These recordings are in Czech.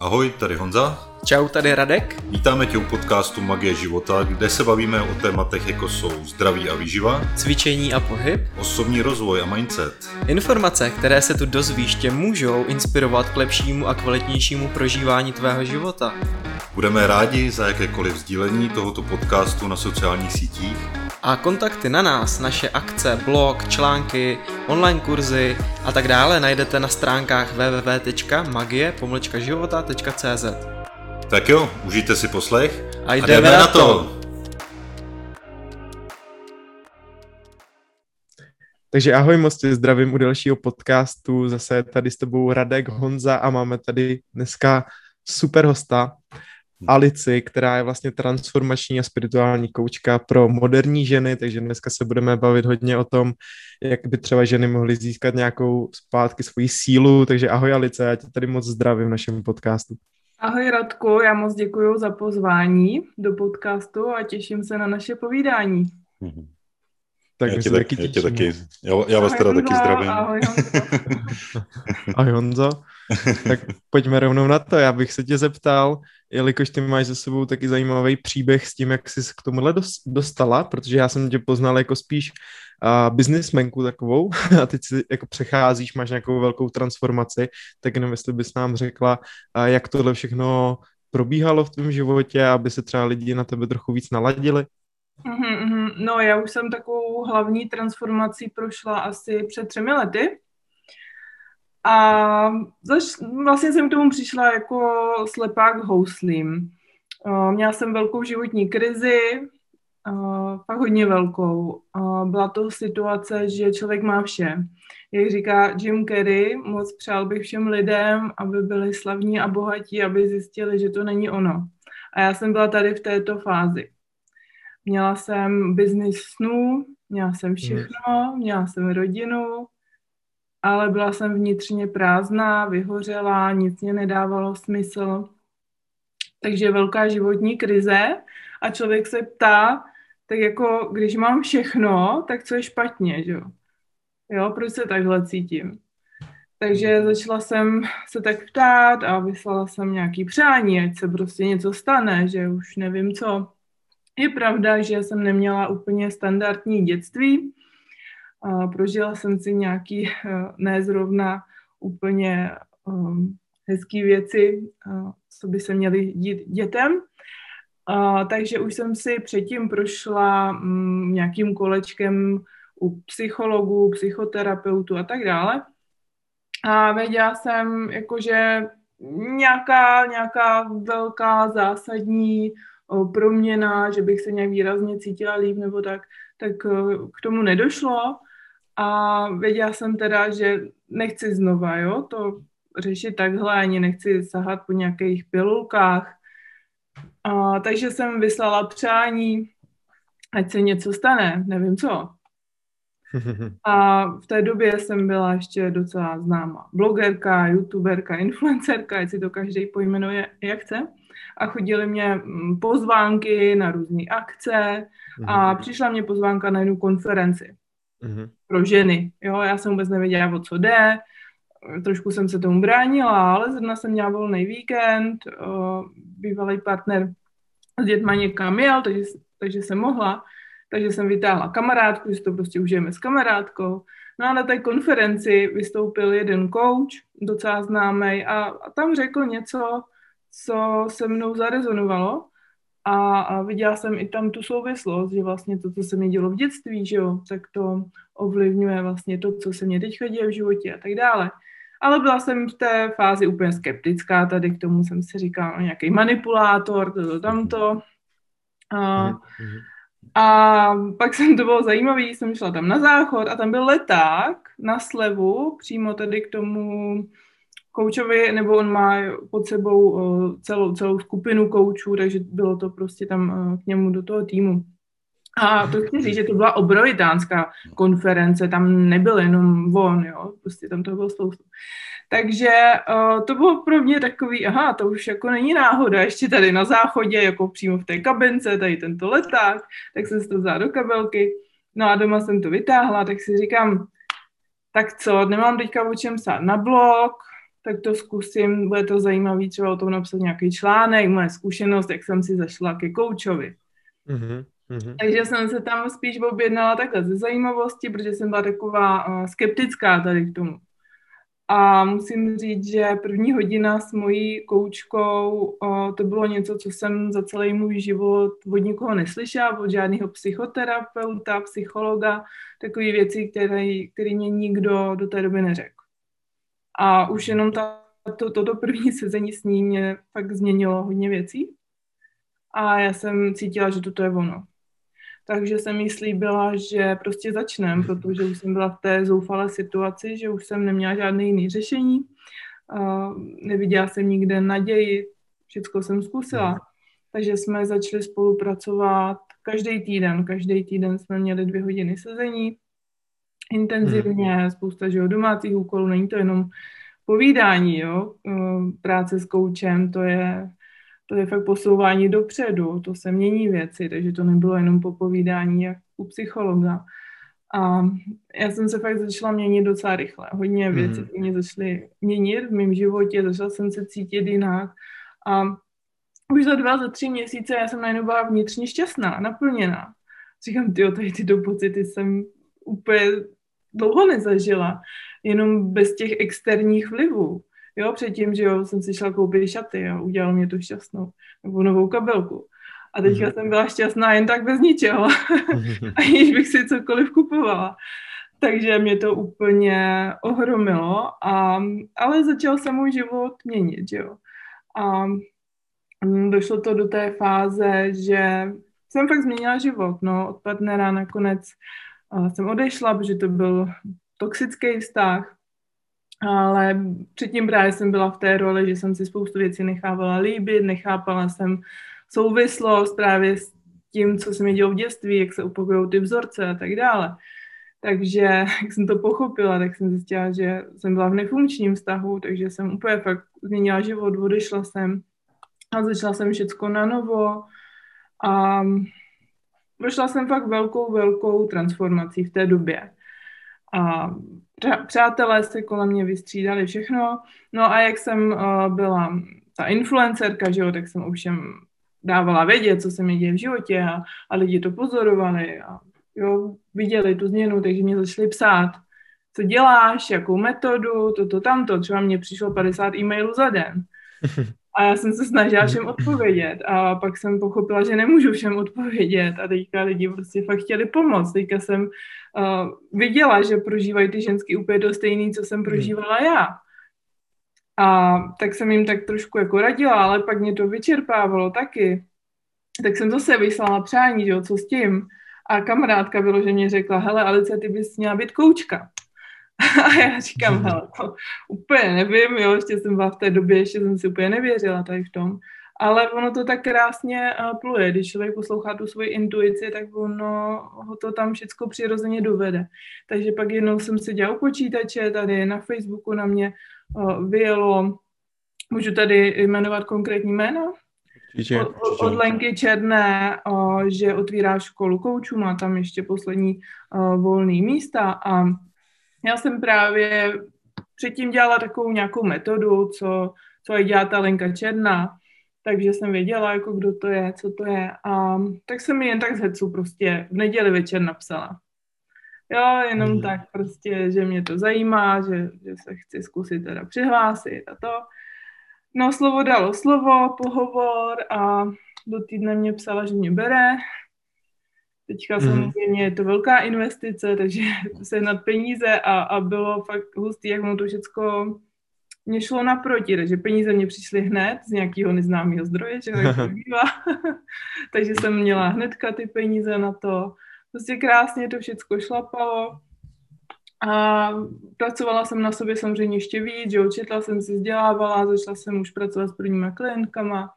Ahoj, tady Honza. Čau, tady Radek. Vítáme tě u podcastu Magie života, kde se bavíme o tématech jako jsou zdraví a výživa, Cvičení a pohyb, osobní rozvoj a mindset. Informace, které se tu dozvíš, tě můžou inspirovat k lepšímu a kvalitnějšímu prožívání tvého života. Budeme rádi za jakékoliv sdílení tohoto podcastu na sociálních sítích. A kontakty na nás, naše akce, blog, články, online kurzy a tak dále najdete na stránkách www.magie-života.cz. Tak jo, užijte si poslech a jdeme na to! Takže ahoj, moc tě zdravím u dalšího podcastu, zase tady s tebou Radek, Honza a máme tady dneska super hosta, Alici, která je vlastně transformační a spirituální koučka pro moderní ženy, takže dneska se budeme bavit hodně o tom, jak by třeba ženy mohly získat nějakou zpátky svoji sílu, takže ahoj Alice, já tě tady moc zdravím v našem podcastu. Ahoj Radku, já moc děkuji za pozvání do podcastu a těším se na naše povídání. Tak já tě taky. Já vás teda taky zdravím. Ahoj Honzo. Ahoj Honzo. Tak pojďme rovnou na to. Já bych se tě zeptal, jelikož ty máš za sebou taky zajímavý příběh s tím, jak jsi k tomuhle dostala, protože já jsem tě poznal jako spíš businessmanku takovou a teď si jako přecházíš, máš nějakou velkou transformaci, tak jenom jestli bys nám řekla, jak tohle všechno probíhalo v tvém životě, aby se třeba lidi na tebe trochu víc naladili. No, já už jsem takovou hlavní transformací prošla asi před 3 lety a vlastně jsem k tomu přišla jako slepák houslím. Měla jsem velkou životní krizi, fakt hodně velkou. Byla to situace, že člověk má vše. Jak říká Jim Carrey, moc přál bych všem lidem, aby byli slavní a bohatí, aby zjistili, že to není ono. A já jsem byla tady v této fázi. Měla jsem biznis snů, měla jsem všechno, měla jsem rodinu, ale byla jsem vnitřně prázdná, vyhořelá, nic mě nedávalo smysl. Takže velká životní krize a člověk se ptá, tak jako když mám všechno, tak co je špatně, že jo, proč se takhle cítím? Takže začala jsem se tak ptát a vyslala jsem nějaký přání, ať se prostě něco stane, že už nevím co. Je pravda, že jsem neměla úplně standardní dětství. Prožila jsem si nějaký ne zrovna úplně hezký věci, co by se měly dít dětem. Takže už jsem si předtím prošla nějakým kolečkem u psychologů, psychoterapeutů a tak dále. A věděla jsem, jakože nějaká velká zásadní proměna, že bych se nějak výrazně cítila líp nebo tak k tomu nedošlo. A věděla jsem teda, že nechci znova, to řešit takhle, ani nechci sahat po nějakých pilulkách. Takže jsem vyslala přání, ať se něco stane, nevím co. A v té době jsem byla ještě docela známá blogerka, youtuberka, influencerka, ať si to každý pojmenuje jak chce. A chodily mě pozvánky na různé akce a přišla mě pozvánka na jednu konferenci pro ženy. Já jsem vůbec nevěděla, o co jde, trošku jsem se tomu bránila, ale zrovna jsem měla volný víkend, bývalý partner s dětma někam jel, takže jsem mohla, takže jsem vytáhla kamarádku, že to prostě užijeme s kamarádkou. No a na té konferenci vystoupil jeden coach, docela známý, a tam řekl něco, co se mnou zarezonovalo a viděla jsem i tam tu souvislost, že vlastně to, co se mi dělo v dětství, že jo, tak to ovlivňuje vlastně to, co se mě teďka děje v životě a tak dále. Ale byla jsem v té fázi úplně skeptická, tady k tomu jsem si říkala, nějaký manipulátor, tamto. A pak to bylo zajímavé, jsem šla tam na záchod a tam byl leták na slevu, přímo tady k tomu koučovi, nebo on má pod sebou celou skupinu koučů, takže bylo to prostě tam k němu do toho týmu. A to chci říct, že to byla obrovitánská konference, tam nebyl jenom on, prostě tam to bylo spoustu. Takže to bylo pro mě takový, to už jako není náhoda, ještě tady na záchodě, jako přímo v té kabince, tady tento leták, tak jsem si to vzala do kabelky, no a doma jsem to vytáhla, tak si říkám, tak co, nemám teďka o čem psát na blog, tak to zkusím, bude to zajímavý třeba o tom napsat nějaký článek, moje zkušenost, jak jsem si zašla ke koučovi. Takže jsem se tam spíš objednala takhle ze zajímavosti, protože jsem byla taková skeptická tady k tomu. A musím říct, že první hodina s mojí koučkou, to bylo něco, co jsem za celý můj život od nikoho neslyšela, od žádného psychoterapeuta, psychologa, takové věci, které mě nikdo do té doby neřekl. A už jenom toto první sezení s ní mě fakt změnilo hodně věcí. A já jsem cítila, že toto je ono. Takže jsem jí slíbila, že prostě začneme, protože už jsem byla v té zoufalé situaci, že už jsem neměla žádné jiné řešení. Neviděla jsem nikde naději, všechno jsem zkusila. Takže jsme začali spolupracovat každý týden. Každý týden jsme měli 2 hodiny sezení. Intenzivně, spousta domácích úkolů, není to jenom povídání, jo? Práce s koučem, to je fakt posouvání dopředu, to se mění věci, takže to nebylo jenom popovídání jak u psychologa. A já jsem se fakt začala měnit docela rychle. Hodně věcí mě začaly měnit v mém životě, začala jsem se cítit jinak. A už za 2, za 3 měsíce já jsem najednou byla vnitřně šťastná, naplněná. Říkám, tady tyto pocity jsem úplně dlouho nezažila, jenom bez těch externích vlivů. Jo, předtím, že jsem si šla koupit šaty a udělalo mě to šťastnou, nebo novou kabelku. A teďka jsem byla šťastná jen tak bez ničeho, aniž bych si cokoliv kupovala. Takže mě to úplně ohromilo, ale začal se můj život měnit, jo. A došlo to do té fáze, že jsem fakt změnila život, no, od partnera nakonec jsem odešla, protože to byl toxický vztah, ale předtím právě jsem byla v té roli, že jsem si spoustu věcí nechávala líbit, nechápala jsem souvislost právě s tím, co se mi dělo v dětství, jak se opakují ty vzorce a tak dále. Takže jak jsem to pochopila, tak jsem zjistila, že jsem byla v nefunkčním vztahu, takže jsem úplně fakt změnila život, odešla jsem a začala jsem všecko na novo a prošla jsem fakt velkou transformací v té době. A přátelé se kolem mě vystřídali všechno. No a jak jsem byla ta influencerka, že jo, tak jsem ovšem dávala vědět, co se mi děje v životě a lidi to pozorovali a jo, viděli tu změnu, takže mě začali psát, co děláš, jakou metodu, tamto. Třeba mě přišlo 50 e-mailů za den. A já jsem se snažila všem odpovědět a pak jsem pochopila, že nemůžu všem odpovědět a teďka lidi prostě fakt chtěli pomoct. Teďka jsem viděla, že prožívají ty ženský úplně to stejný, co jsem prožívala já. A tak jsem jim tak trošku jako radila, ale pak mě to vyčerpávalo taky. Tak jsem zase vyslala přání, že jo, co s tím. A kamarádka vyloženě řekla, hele Alice, ty bys měla být koučka. A já říkám, hele, to úplně nevím, jo, ještě jsem byla v té době, ještě jsem si úplně nevěřila tady v tom. Ale ono to tak krásně pluje, když člověk poslouchá tu svoji intuici, tak ono ho to tam všecko přirozeně dovede. Takže pak jednou jsem seděla u počítače, tady na Facebooku na mě vyjelo, můžu tady jmenovat konkrétní jméno? Od Lenky Černé, že otvírá školu koučů, má tam ještě poslední volný místa a já jsem právě předtím dělala takovou nějakou metodu, co dělá ta Lenka Černá, takže jsem věděla, jako kdo to je, co to je. A tak jsem mi jen tak z hecu prostě v neděli večer napsala. Jo, jenom tak prostě, že mě to zajímá, že se chci zkusit teda přihlásit a to. No, slovo dalo slovo, pohovor a do týdne mě psala, že mě bere. Teďka samozřejmě je to velká investice, takže sehnat peníze a bylo fakt hustý, jak ono to všecko mě šlo naproti, takže peníze mě přišly hned z nějakého neznámého zdroje, že tak to bývá. Takže jsem měla hnedka ty peníze na to. Prostě krásně to všecko šlapalo. A pracovala jsem na sobě samozřejmě ještě víc, že četla jsem si, vzdělávala, začala jsem už pracovat s prvníma klientkama.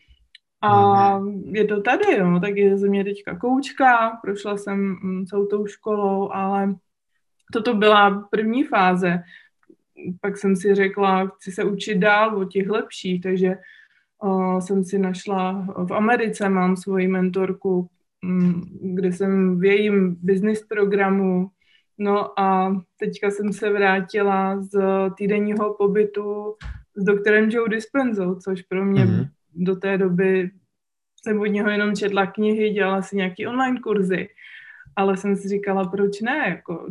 A je to tady, jo, tak je ze mě teďka koučka, prošla jsem celou tou školou, ale toto byla první fáze. Pak jsem si řekla, chci se učit dál od těch lepších, takže jsem si našla v Americe, mám svoji mentorku, kde jsem v jejím business programu, No a teďka jsem se vrátila z týdenního pobytu s doktorem Joe Dispenzou, což pro mě do té doby jsem od něho jenom četla knihy, dělala si nějaký online kurzy, ale jsem si říkala, proč ne, jako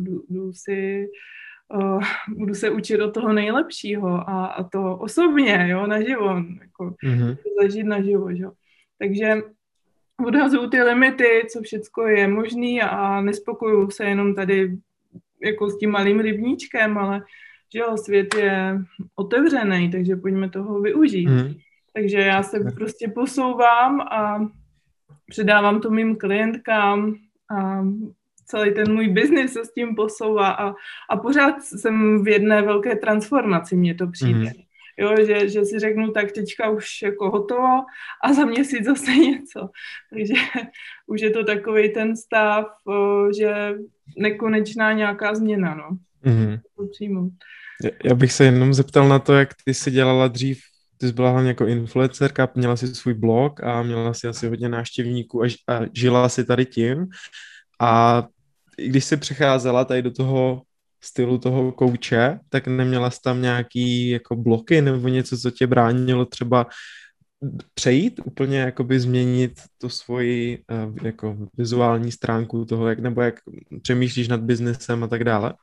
budu se učit od toho nejlepšího a to osobně, jo, naživo, jako zažít naživo, jo. Takže odhazuju ty limity, co všecko je možný a nespokojuju se jenom tady jako s tím malým rybníčkem, ale že jo, svět je otevřený, takže pojďme toho využít. Takže já se prostě posouvám a předávám to mým klientkám a celý ten můj biznis se s tím posouvá a pořád jsem v jedné velké transformaci, mně to přijde. Jo, že si řeknu, tak teďka už jako hotovo a za měsíc zase něco. Takže už je to takovej ten stav, že nekonečná nějaká změna, no. To přijmout. Já bych se jenom zeptal na to, jak ty jsi dělala dřív. Ty jsi byla hlavně jako influencerka, měla si svůj blog a měla si asi hodně návštěvníků a žila si tady tím. A i když jsi přecházela tady do toho stylu toho kouče, tak neměla jsi tam nějaký jako bloky nebo něco, co tě bránilo třeba přejít, úplně jakoby změnit tu svoji jako vizuální stránku toho, nebo jak přemýšlíš nad biznesem a tak dále?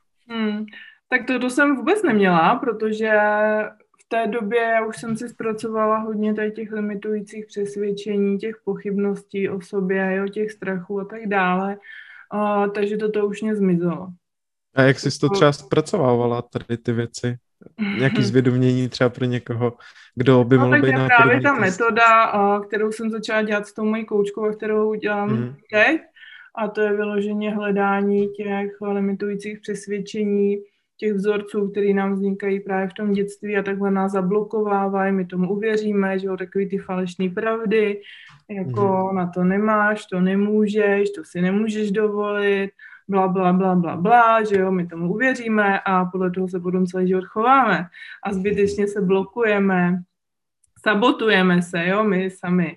Tak to jsem vůbec neměla, protože v té době já už jsem si zpracovala hodně tady těch limitujících přesvědčení, těch pochybností o sobě, jo, těch strachů a tak dále, takže toto už mě zmizelo. A jak jsi to třeba zpracovávala, tady ty věci? Nějaký zvědomění třeba pro někoho, kdo by mohl být na právě ta metoda, kterou jsem začala dělat s tou mojí koučkou, a kterou dělám teď, a to je vyloženě hledání těch limitujících přesvědčení, těch vzorců, které nám vznikají právě v tom dětství a takhle nás zablokovávají, my tomu uvěříme, že jo, takový ty falešné pravdy, jako na to nemáš, to nemůžeš, to si nemůžeš dovolit, bla, bla, bla, bla, bla, že jo, my tomu uvěříme a podle toho se potom celý život chováme a zbytečně se blokujeme, sabotujeme se, jo, my sami.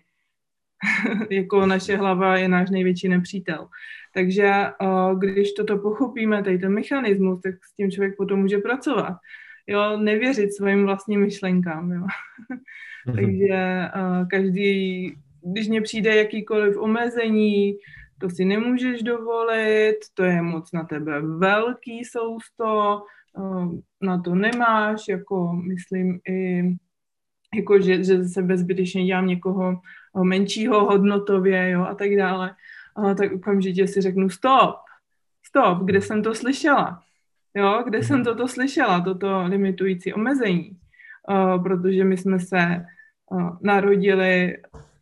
Jako naše hlava je náš největší nepřítel. Takže když toto pochopíme, tady ten mechanismus, tak s tím člověk potom může pracovat. Jo, nevěřit svým vlastním myšlenkám, jo. Takže každý, když mně přijde jakýkoliv omezení, to si nemůžeš dovolit, to je moc na tebe velký sousto, na to nemáš, jako myslím i, jako že sebe zbytečně dělám někoho menšího hodnotově, jo, a tak dále, tak okamžitě si řeknu stop, kde jsem to slyšela, jo, kde jsem toto slyšela, toto limitující omezení, protože my jsme se narodili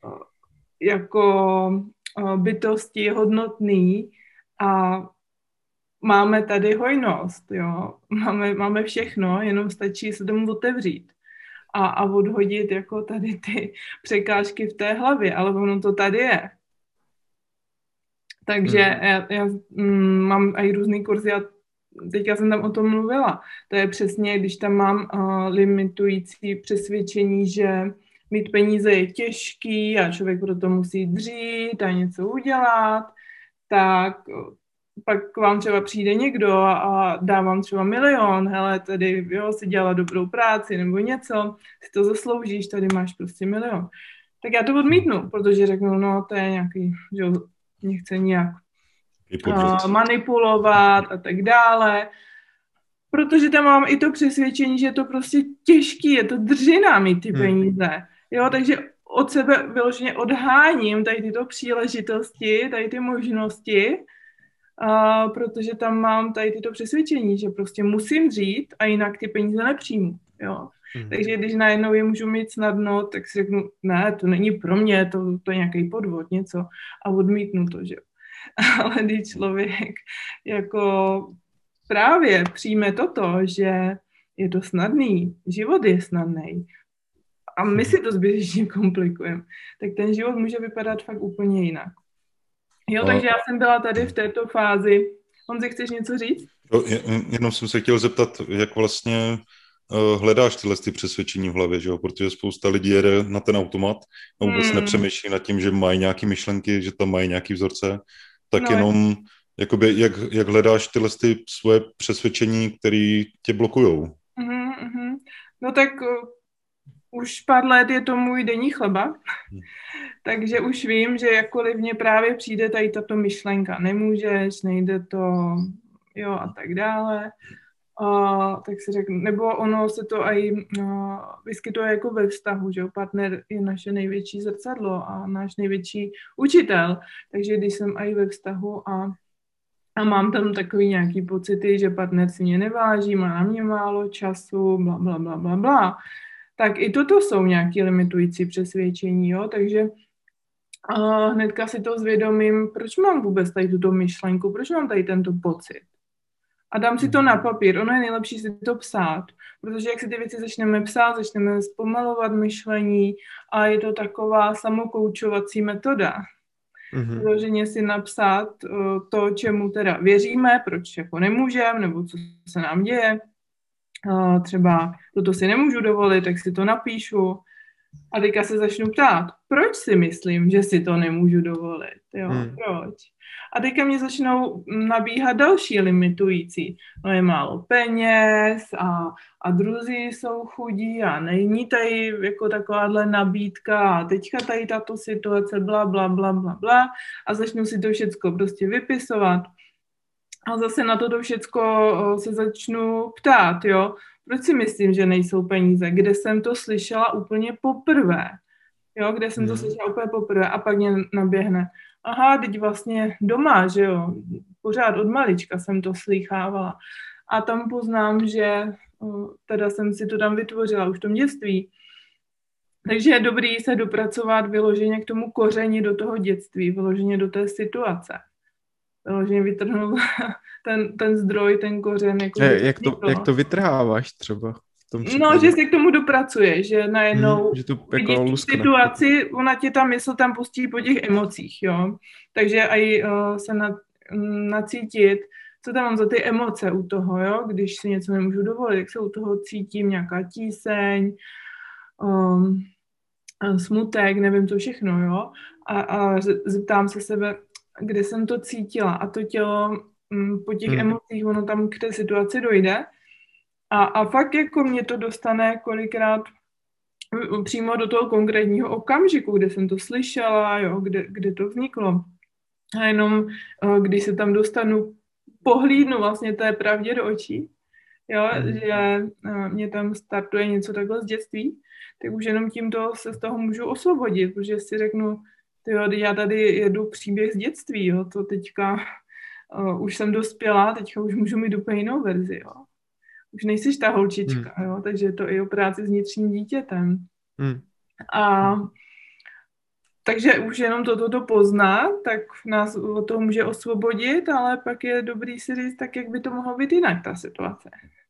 jako bytosti hodnotný a máme tady hojnost, jo, máme všechno, jenom stačí se tomu otevřít a odhodit jako tady ty překážky v té hlavě, ale ono to tady je. Takže já mám i různý kurzy a teďka jsem tam o tom mluvila. To je přesně, když tam mám limitující přesvědčení, že mít peníze je těžký a člověk proto musí dřít a něco udělat, tak pak k vám třeba přijde někdo a dá vám třeba 1 milion, hele, tady jo, si dělala dobrou práci nebo něco, si to zasloužíš, tady máš prostě 1 milion. Tak já to odmítnu, protože řeknu, no to je nějaký, že mě chce nějak manipulovat a tak dále, protože tam mám i to přesvědčení, že je to prostě těžký, je to dřina mít ty peníze. Jo, takže od sebe vyloženě odháním tady tyto příležitosti, tady ty možnosti, protože tam mám tady tyto přesvědčení, že prostě musím dřít a jinak ty peníze nepřijmu. Jo. Takže když najednou je můžu mít snadno, tak si řeknu, ne, to není pro mě, to je nějaký podvod, něco a odmítnu to, že jo. Ale když člověk jako právě přijme toto, že je to snadný, život je snadný a my si to zbytečně komplikujeme, tak ten život může vypadat fakt úplně jinak. Jo, takže já jsem byla tady v této fázi. Honzi, chceš něco říct? Jenom jsem se chtěl zeptat, jak vlastně hledáš tyhle přesvědčení v hlavě, že jo? Protože spousta lidí jede na ten automat a vůbec nepřemýšlí nad tím, že mají nějaké myšlenky, že tam mají nějaký vzorce, tak jenom jakoby, jak hledáš tyhle ty svoje přesvědčení, které tě blokujou? No tak už pár let je to můj denní chleba, takže už vím, že jakkoliv mně právě přijde tady tato myšlenka, nemůžeš, nejde to, jo a tak dále, tak si řeknu, nebo ono se to i vyskytuje jako ve vztahu, že partner je naše největší zrcadlo a náš největší učitel, takže když jsem i ve vztahu a mám tam takový nějaký pocity, že partner si mě neváží, má na mě málo času, bla, bla, bla, bla, bla, tak i toto jsou nějaké limitující přesvědčení, jo, takže hnedka si to zvědomím, proč mám vůbec tady tuto myšlenku, proč mám tady tento pocit. A dám si to na papír, ono je nejlepší si to psát, protože jak si ty věci začneme psát, začneme zpomalovat myšlení a je to taková samokoučovací metoda. Vyloženě si napsat to, čemu teda věříme, proč jako nemůžeme, nebo co se nám děje. Třeba toto si nemůžu dovolit, tak si to napíšu. A teďka se začnu ptát, proč si myslím, že si to nemůžu dovolit? Jo, proč? A teďka mě začnou nabíhat další limitující. No je málo peněz a druzí jsou chudí a není tady jako takováhle nabídka a teďka tady tato situace bla, bla, bla, bla, bla a začnu si to všecko prostě vypisovat. A zase na toto všecko se začnu ptát, jo. Proč si myslím, že nejsou peníze? Kde jsem to slyšela úplně poprvé? Jo, kde jsem to slyšela úplně poprvé a pak mě naběhne. Aha, teď vlastně doma, že jo, pořád od malička jsem to slýchávala. A tam poznám, že teda jsem si to tam vytvořila už v tom dětství. Takže je dobrý se dopracovat vyloženě k tomu kořeni do toho dětství, vyloženě do té situace. Vyloženě vytrhnout ten zdroj, ten kořen. Jako jak to vytrháváš třeba? No, že se k tomu dopracuje, že najednou že to vidíš jako tu situaci, ona tě ta mysl tam pustí po těch emocích, jo. Takže i se nacítit, co tam mám za ty emoce u toho, jo, když si něco nemůžu dovolit, jak se u toho cítím, nějaká tíseň, smutek, nevím co všechno, jo. A zeptám se sebe, kde jsem to cítila a to tělo po těch emocích, ono tam k té situaci dojde. A fakt jako mě to dostane kolikrát přímo do toho konkrétního okamžiku, kde jsem to slyšela, jo, kde to vzniklo. A jenom když se tam dostanu, pohlídnu vlastně té pravdě do očí, jo, že mě tam startuje něco takhle z dětství, tak už jenom tímto se z toho můžu osvobodit, protože si řeknu, tyjo, já tady jedu příběh z dětství, jo, to teďka už jsem dospělá, teďka už můžu mít úplně jinou verzi, jo. Už nejsiš ta holčička, jo, takže je to i o práci s vnitřním dítětem. A takže už jenom toto poznat, tak nás od toho může osvobodit, ale pak je dobrý si říct, tak jak by to mohlo být jinak, ta situace.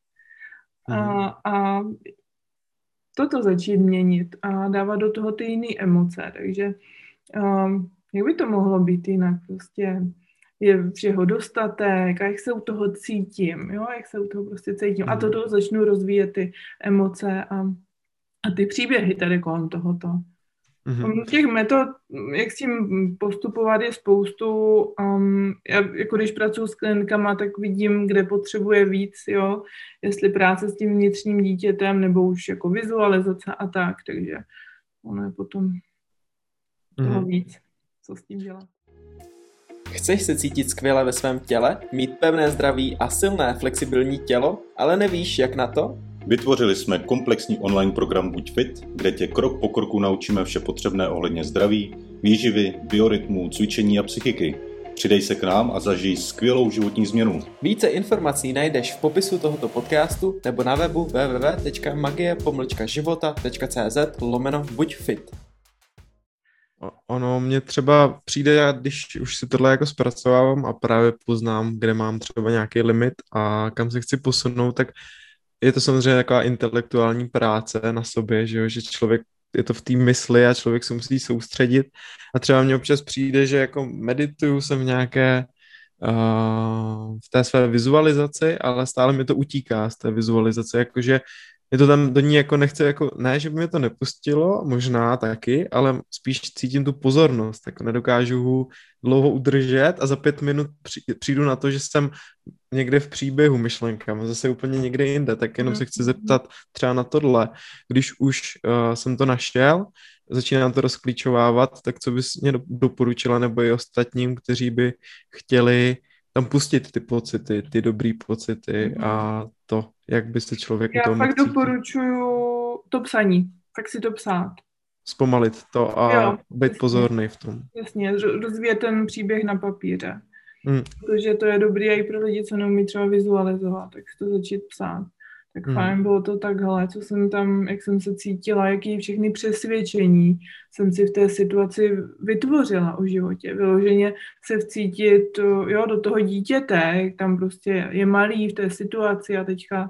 A toto začít měnit a dávat do toho ty jiné emoce, takže jak by to mohlo být jinak, prostě je všeho dostatek a jak se u toho cítím, jo, jak se u toho prostě cítím. A toto začnu rozvíjet ty emoce a ty příběhy tady kolem tohoto. Těch metod, jak s tím postupovat, je spoustu. Já, jako když pracuji s klientkama, tak vidím, kde potřebuje víc, jo, jestli práce s tím vnitřním dítětem, nebo už jako vizualizace a tak, takže ono je potom toho víc, co s tím dělat. Chceš se cítit skvěle ve svém těle, mít pevné zdraví a silné flexibilní tělo, ale nevíš, jak na to? Vytvořili jsme komplexní online program Buď fit, kde tě krok po kroku naučíme vše potřebné ohledně zdraví, výživy, biorytmu, cvičení a psychiky. Přidej se k nám a zažij skvělou životní změnu. Více informací najdeš v popisu tohoto podcastu nebo na webu www.magie-života.cz/buďfit. Ono mně třeba přijde, když už si tohle jako zpracovávám a právě poznám, kde mám třeba nějaký limit a kam se chci posunout, tak je to samozřejmě taková intelektuální práce na sobě, že člověk je to v té mysli a člověk se musí soustředit a třeba mně občas přijde, že jako medituju jsem v nějaké v té své vizualizaci, ale stále mi to utíká z té vizualizace, jakože je to tam do ní jako nechce, jako ne, že by mě to nepustilo, možná taky, ale spíš cítím tu pozornost, jako nedokážu ho dlouho udržet a za 5 minut přijdu na to, že jsem někde v příběhu myšlenkama, zase úplně někde jinde, tak jenom se chci zeptat třeba na tohle, když už jsem to našel, začínám to rozklíčovávat, tak co bys mě doporučila nebo i ostatním, kteří by chtěli tam pustit ty pocity, ty dobrý pocity a to, jak by se člověk u toho Já fakt doporučuju to psaní, fakt si to psát. Zpomalit to a jo, být jasně, pozorný v tom. Jasně, rozvíjet ten příběh na papíře. Protože to je dobrý i pro lidi, co neumí třeba vizualizovat, tak si to začít psát. Tak fajn bylo to takhle, co jsem tam, jak jsem se cítila, jaký všechny přesvědčení jsem si v té situaci vytvořila o životě. Vyloženě se vcítit do toho dítěte, jak tam prostě je malý v té situaci a teďka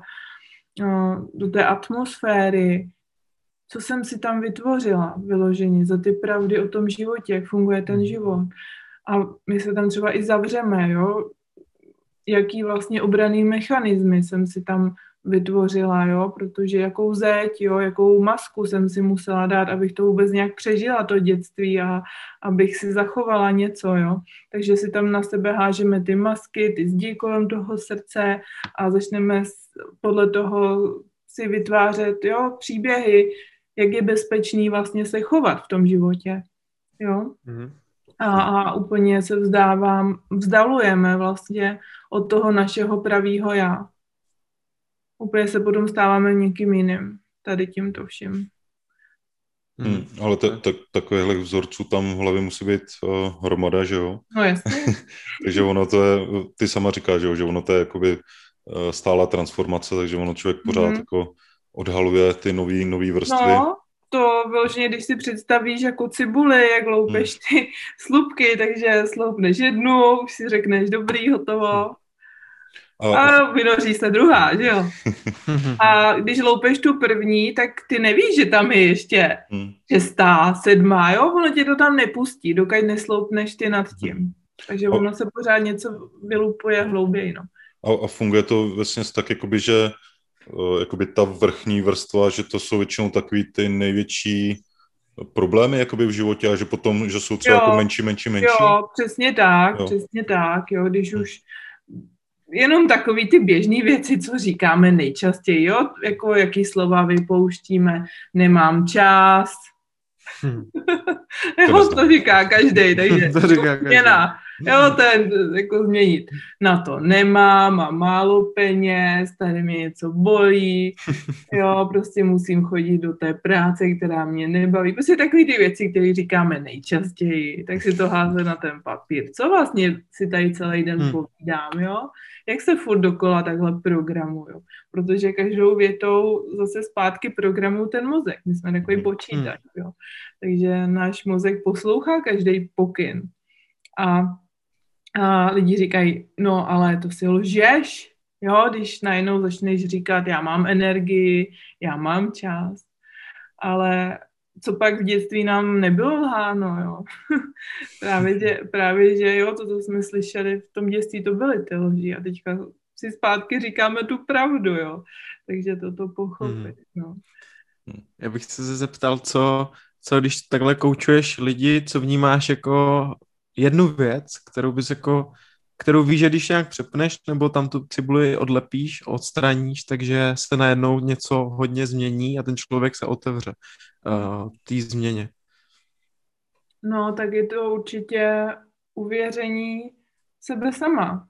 do té atmosféry, co jsem si tam vytvořila vyloženě za ty pravdy o tom životě, jak funguje ten život. A my se tam třeba i zavřeme, jo, jaký vlastně obranný mechanismy jsem si tam vytvořila, jo, protože jakou zeď, jo, jakou masku jsem si musela dát, abych to vůbec nějak přežila, to dětství a abych si zachovala něco, jo. Takže si tam na sebe hážeme ty masky, ty zdi kolem toho srdce a začneme podle toho si vytvářet, jo, příběhy, jak je bezpečný vlastně se chovat v tom životě, jo. A úplně se vzdalujeme vlastně od toho našeho pravýho já. Úplně se potom stáváme někým jiným, tady tímto vším. Ale takovýchhle vzorců tam v hlavě musí být hromada, že jo? No jasně. Takže ono to je, ty sama říkáš, že ono to je jakoby stálá transformace, takže ono člověk pořád jako odhaluje ty nový vrstvy. No, to vyloženě, když si představíš jako cibuli, jak loupeš ty slupky, takže sloupneš jednu, už si řekneš dobrý, hotovo. A vynoří se druhá, že jo? A když loupeš tu první, tak ty nevíš, že tam je ještě 6., 7., jo? Ono tě to tam nepustí, dokud nesloupneš ty nad tím. Takže ono se pořád něco vylupuje hlouběji, no. A funguje to vlastně tak, jakoby, že jakoby ta vrchní vrstva, že to jsou většinou takový ty největší problémy jakoby v životě a že potom, že jsou třeba jako menší. Jo, přesně tak, jo, když už jenom takový ty běžný věci, co říkáme nejčastěji, jo, jako jaký slova vypouštíme, nemám čas, to říká každej, takže to říká změna, jo, ten jako změnit na to nemám, mám málo peněz, tady mě něco bolí, jo, prostě musím chodit do té práce, která mě nebaví, prostě takový ty věci, které říkáme nejčastěji, tak si to házet na ten papír, co vlastně si tady celý den povídám, jo, jak se furt dokola takhle programuju, protože každou větou zase zpátky programuju ten mozek, my jsme takový počítač, jo, takže náš mozek poslouchá každý pokyn a lidi říkají, no ale to si lžeš, jo, když najednou začneš říkat, já mám energii, já mám čas, ale co pak v dětství nám nebylo lháno, jo. právě, že jo, to, co jsme slyšeli v tom dětství, to byly ty lži a teďka si zpátky říkáme tu pravdu, jo. Takže toto pochopit, no. Já bych se zeptal, co když takhle koučuješ lidi, co vnímáš jako jednu věc, kterou víš, že když nějak přepneš, nebo tam tu cibuli odlepíš, odstraníš, takže se najednou něco hodně změní a ten člověk se otevře té změně. No, tak je to určitě uvěření sebe sama.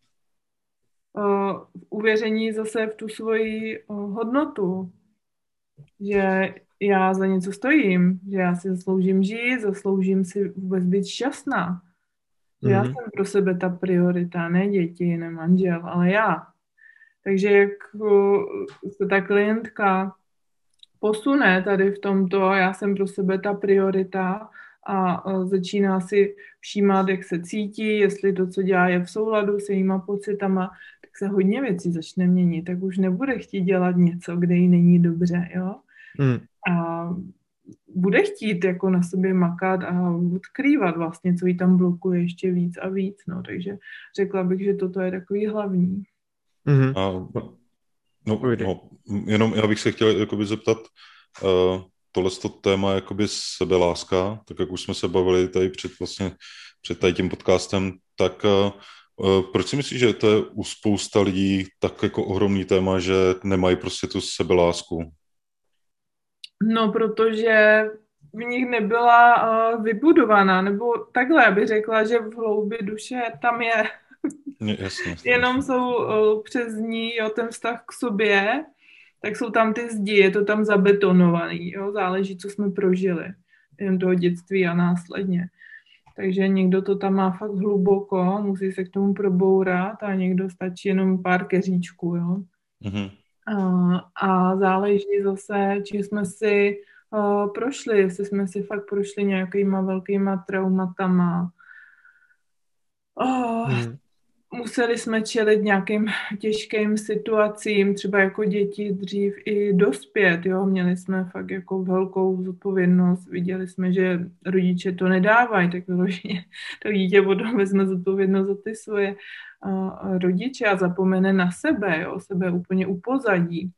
Uvěření zase v tu svoji hodnotu, že já za něco stojím, že já si zasloužím žít, zasloužím si vůbec být šťastná. Že já jsem pro sebe ta priorita, ne děti, ne manžel, ale já. Takže jak se ta klientka posune tady v tomto, já jsem pro sebe ta priorita a začíná si všímat, jak se cítí, jestli to, co dělá, je v souladu s jejíma pocitama, tak se hodně věcí začne měnit, tak už nebude chtít dělat něco, kde jí není dobře, jo? A bude chtít jako na sobě makat a odkrývat vlastně, co jí tam blokuje ještě víc a víc, no, takže řekla bych, že toto je takový hlavní. Jenom já bych se chtěl jakoby zeptat, tohle téma jakoby sebeláska, tak jak už jsme se bavili tady před tady tím podcastem, tak proč si myslíš, že to je u spousta lidí tak jako ohromný téma, že nemají prostě tu sebelásku? No, protože v nich nebyla vybudovaná, nebo takhle, já bych řekla, že v hloubi duše tam je. Jasně. Jenom jsou přes ní, jo, ten vztah k sobě, tak jsou tam ty zdi, je to tam zabetonovaný, jo, záleží, co jsme prožili jen toho dětství a následně. Takže někdo to tam má fakt hluboko, musí se k tomu probourat a někdo stačí jenom pár keříčků, jo. Mm-hmm. A záleží zase, či jsme si prošli, jestli jsme si fakt prošli nějakýma velkýma traumatama. Museli jsme čelit nějakým těžkým situacím, třeba jako děti dřív i dospět, jo, měli jsme fakt jako velkou zodpovědnost, viděli jsme, že rodiče to nedávají, tak to dítě potom vezme zodpovědnost za ty svoje rodiče a zapomene na sebe, jo, sebe úplně upozadí.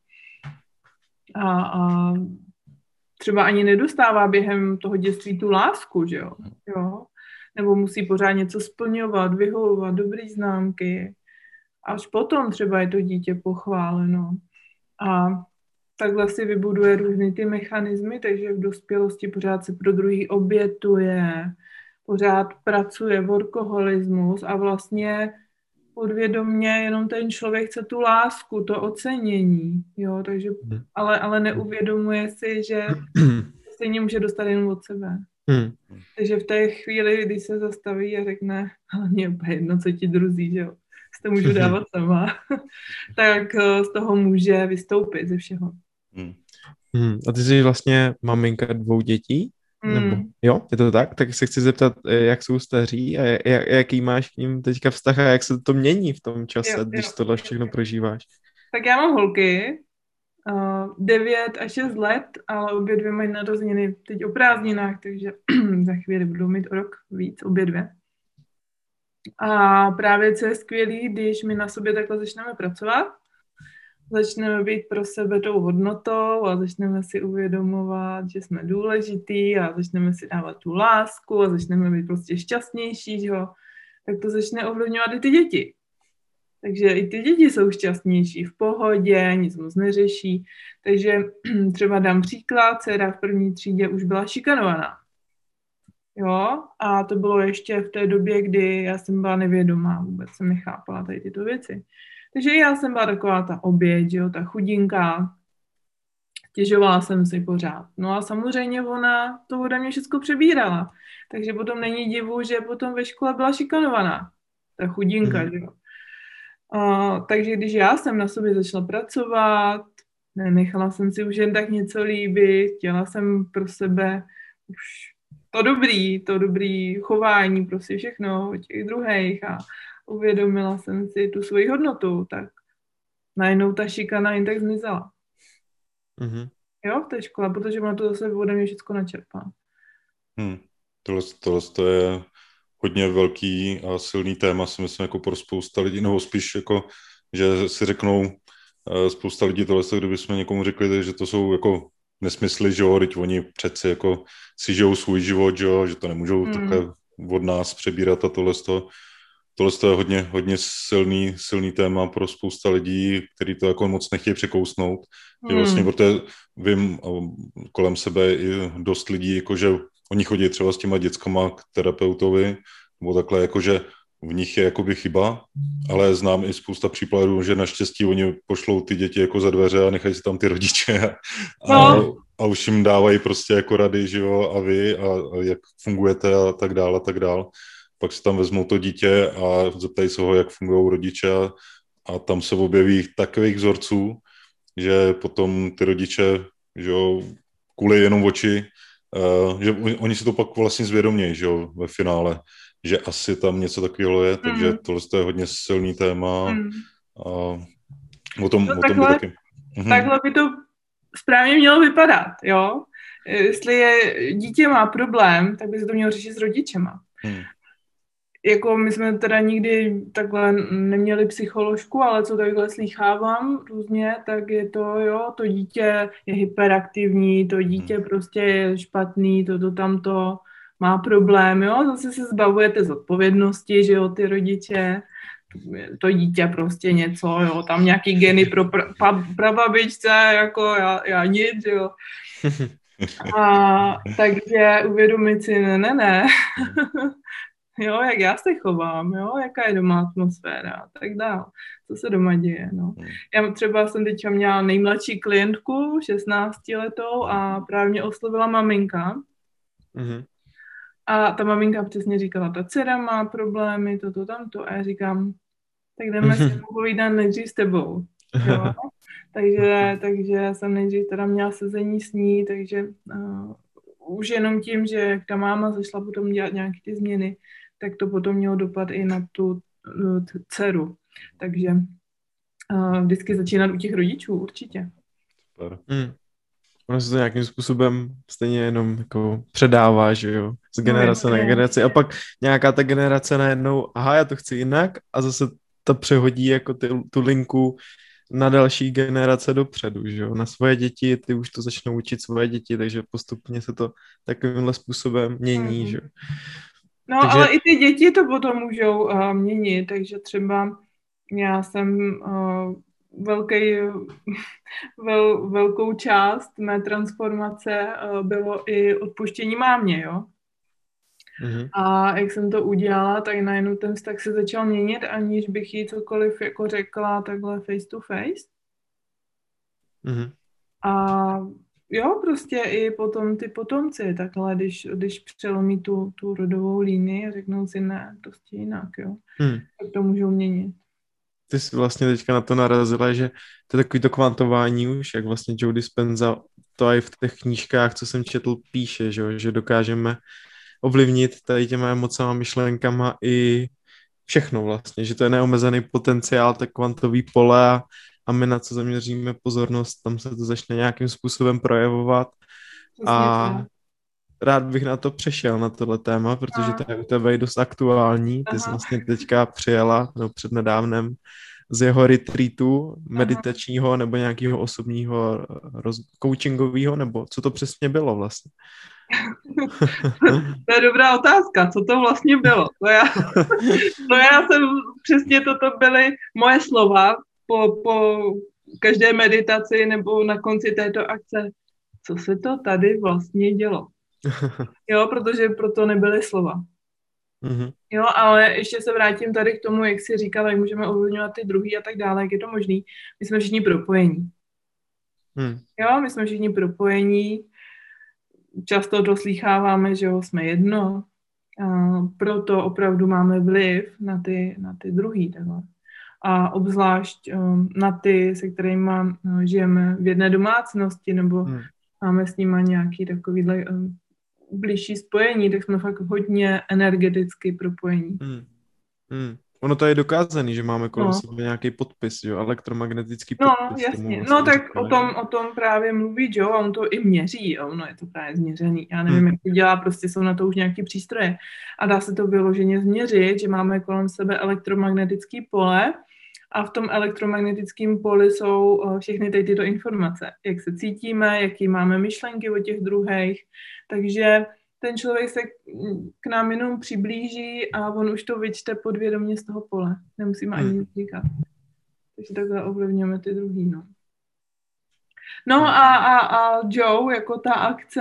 A třeba ani nedostává během toho dětství tu lásku, že jo. Nebo musí pořád něco splňovat, vyhovovat, dobrý známky. Až potom třeba je to dítě pochváleno. A takhle si vybuduje různý ty mechanismy, takže v dospělosti pořád se pro druhý obětuje, pořád pracuje workoholismus a vlastně podvědomě jenom ten člověk chce tu lásku, to ocenění. Jo? Takže, ale neuvědomuje si, že stejně může dostat jenom od sebe. Takže v té chvíli, když se zastaví a řekne, ale mě je úplně jedno, co ti druzí, že jo, si to můžu dávat sama, tak z toho může vystoupit ze všeho. A ty jsi vlastně maminka 2 dětí? Nebo, jo, je to tak? Tak se chci zeptat, jak jsou staří a jaký máš k ním teďka vztah a jak se to mění v tom čase, když tohle všechno prožíváš? Tak já mám holky, 9 a 6 let, ale obě 2 mají narozeniny teď o prázdninách, takže za chvíli budou mít o rok víc, obě 2. A právě co je skvělý, když my na sobě takhle začneme pracovat, začneme být pro sebe tou hodnotou a začneme si uvědomovat, že jsme důležitý a začneme si dávat tu lásku a začneme být prostě šťastnější, že jo, tak to začne ovlivňovat i ty děti. Takže i ty děti jsou šťastnější, v pohodě, nic moc neřeší. Takže třeba dám příklad, dcera v 1. třídě už byla šikanovaná. Jo, a to bylo ještě v té době, kdy já jsem byla nevědomá, vůbec jsem nechápala tady tyto věci. Takže já jsem byla taková ta oběť, jo, ta chudinka, stěžovala jsem si pořád. No a samozřejmě ona to ode mě všechno přebírala. Takže potom není divu, že potom ve škole byla šikanovaná. Ta chudinka, že jo. Takže když já jsem na sobě začala pracovat, nenechala jsem si už jen tak něco líbit, chtěla jsem pro sebe už to dobrý chování, prostě všechno od těch druhých a uvědomila jsem si tu svoji hodnotu, tak najednou ta šikana jen tak zmizela. Jo, v té škole, protože ona to zase ode mě všechno načerpá. Tohle je hodně velký a silný téma, si myslím, jako pro spousta lidí, nebo spíš jako, že si řeknou spousta lidí tohle, kdybychom někomu řekli, že to jsou jako nesmysly, že jo, teď oni přeci jako si žijou svůj život, že jo, že to nemůžou takhle od nás přebírat a tohle je hodně silný téma pro spousta lidí, kteří to jako moc nechtějí překousnout. Že vlastně, protože vím kolem sebe i dost lidí, jako že oni chodí třeba s těma dětskama k terapeutovi, nebo takhle, jakože v nich je jakoby chyba, ale znám i spousta případů, že naštěstí oni pošlou ty děti jako za dveře a nechají si tam ty rodiče a už jim dávají prostě jako rady, že jo, a vy a jak fungujete a tak dál. Pak si tam vezmou to dítě a zeptají se ho, jak fungují rodiče a tam se objeví takových vzorců, že potom ty rodiče, že jo, kulej jenom oči, že oni si to pak vlastně zvědomějí, že jo, ve finále, že asi tam něco takového je, takže tohle je hodně silný téma a o tom by taky. Takhle by to správně mělo vypadat, jo. Jestli dítě má problém, tak by se to mělo řešit s rodičema. jako my jsme teda nikdy takhle neměli psycholožku, ale co takhle slýchávám různě, tak je to, jo, to dítě je hyperaktivní, to dítě prostě je špatný, tamto má problém, jo, zase se zbavujete zodpovědnosti, že jo, ty rodiče, to dítě prostě něco, jo, tam nějaký geny pro prababičce, jako já nic, jo. A takže uvědomit si, ne. Jo, jak já se chovám, jo, jaká je doma atmosféra a tak dále, co se doma děje, no. Já třeba jsem teďka měla nejmladší klientku, 16letou a právě mě oslovila maminka. A ta maminka přesně říkala, ta dcera má problémy, tamto. A já říkám, tak jdeme si povídat nejdřív s tebou, jo. Takže jsem nejdřív teda měla sezení s ní, takže už jenom tím, že ta máma zašla potom dělat nějaké ty změny, tak to potom mělo dopad i na tu dceru. Takže vždycky začínat u těch rodičů, určitě. Super. Ono se to nějakým způsobem stejně jenom jako předává, že jo, z generace na generaci a pak nějaká ta generace najednou, aha, já to chci jinak a zase to přehodí jako tu linku na další generace dopředu, že jo, na svoje děti, ty už to začnou učit svoje děti, takže postupně se to takovýmhle způsobem mění, že jo. No, takže... ale i ty děti to potom můžou měnit, takže třeba já jsem velkou část mé transformace bylo i odpuštění mámě, jo. A jak jsem to udělala, tak najednou ten vztah se začal měnit, aniž bych jí cokoliv jako řekla takhle face to face. A jo, prostě i potom ty potomci, takhle, když přelomí tu rodovou linii a řeknou si ne, prostě jinak, jo. Tak to můžou měnit. Ty jsi vlastně teďka na to narazila, že to je takový to kvantování už, jak vlastně Joe Dispenza to i v těch knížkách, co jsem četl, píše, že dokážeme ovlivnit tady těma emocema, myšlenkama i všechno vlastně, že to je neomezený potenciál, tak kvantový pole a my na co zaměříme pozornost, tam se to začne nějakým způsobem projevovat a rád bych na to přešel, na tohle téma, protože to je u tebe dost aktuální. Ty jsi vlastně teďka přijela přednedávnem z jeho retreatu meditačního nebo nějakého osobního coachingového, nebo co to přesně bylo vlastně? To je dobrá otázka, co to vlastně bylo. To já jsem, přesně toto byly moje slova po každé meditaci nebo na konci této akce. Co se to tady vlastně dělo? Jo, protože proto nebyly slova. Jo, ale ještě se vrátím tady k tomu, jak jsi říkala, jak můžeme ovlivňovat ty druhý a tak dále, jak je to možný. My jsme všichni propojení. Jo, my jsme všichni propojení. Často to slýcháváme, že jo, jsme jedno. Proto opravdu máme vliv na ty druhý. Takhle. A obzvlášť na ty, se kterými žijeme v jedné domácnosti, nebo máme s nimi nějaký takovýhle blížší spojení, tak jsme fakt hodně energeticky propojení. Ono to je dokázaný, že máme kolem sebe nějaký podpis, jo, elektromagnetický podpis. No, jasně. Vlastně no, tak o tom právě mluví, jo, a on to i měří, jo, no, je to právě změřený. Já nevím, jak to dělá, prostě jsou na to už nějaký přístroje. A dá se to vyloženě změřit, že máme kolem sebe elektromagnetický pole a v tom elektromagnetickém poli jsou všechny tyto informace. Jak se cítíme, jaký máme myšlenky o těch druhých. Takže ten člověk se k nám jenom přiblíží a on už to vyčte podvědomě z toho pole. Nemusíme ani nic říkat. Takže takhle ovlivňujeme ty druhý, no. No a Joe, jako ta akce,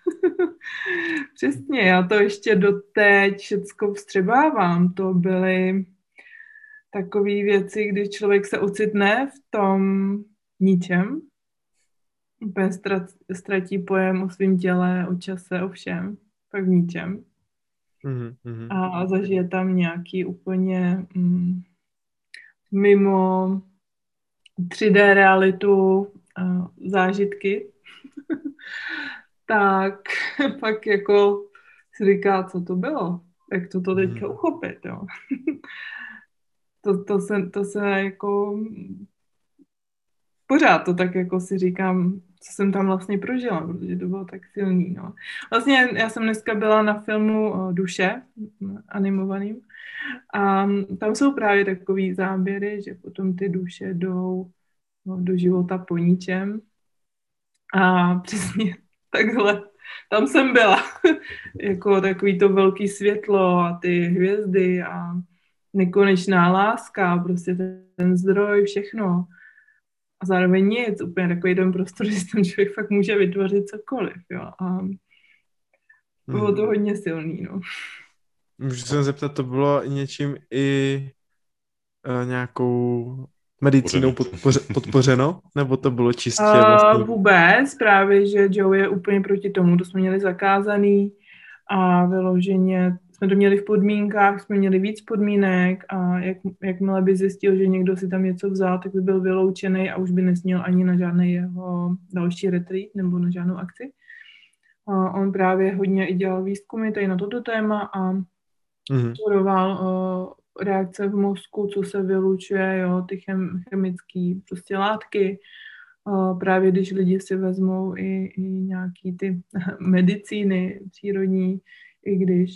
přesně, já to ještě doteď všecko vstřebávám. To byly takové věci, kdy člověk se ocitne v tom ničem, úplně ztratí pojem o svém těle, o čase, o všem, pak v ničem. A zažije tam nějaký úplně mimo 3D realitu zážitky, tak pak jako si říká, co to bylo, jak to teďka uchopit, jo. To se jako pořád to tak jako si říkám, co jsem tam vlastně prožila, protože to bylo tak silný. No. Vlastně já jsem dneska byla na filmu Duše, animovaným, a tam jsou právě takový záběry, že potom ty duše jdou do života po ničem. A přesně takhle, tam jsem byla. Jako takový to velký světlo a ty hvězdy a nekonečná láska, prostě ten zdroj, všechno. A zároveň nic, úplně takový ten prostor, že ten člověk fakt může vytvořit cokoliv, jo. A bylo to hodně silný, no. Můžu se zeptat, to bylo něčím i nějakou medicínou podpořeno? Nebo to bylo čistě vlastně? Vůbec, právě, že Joe je úplně proti tomu, to jsme měli zakázaný a vyloženě jsme to měli v podmínkách, jsme měli víc podmínek a jakmile by zjistil, že někdo si tam něco vzal, tak by byl vyloučený a už by nesměl ani na žádný jeho další retreat nebo na žádnou akci. A on právě hodně i dělal výzkumy tady na toto téma a pozoroval reakce v mozku, co se vylučuje, jo, ty chemické prostě látky. Právě když lidi si vezmou i nějaký ty medicíny přírodní, i když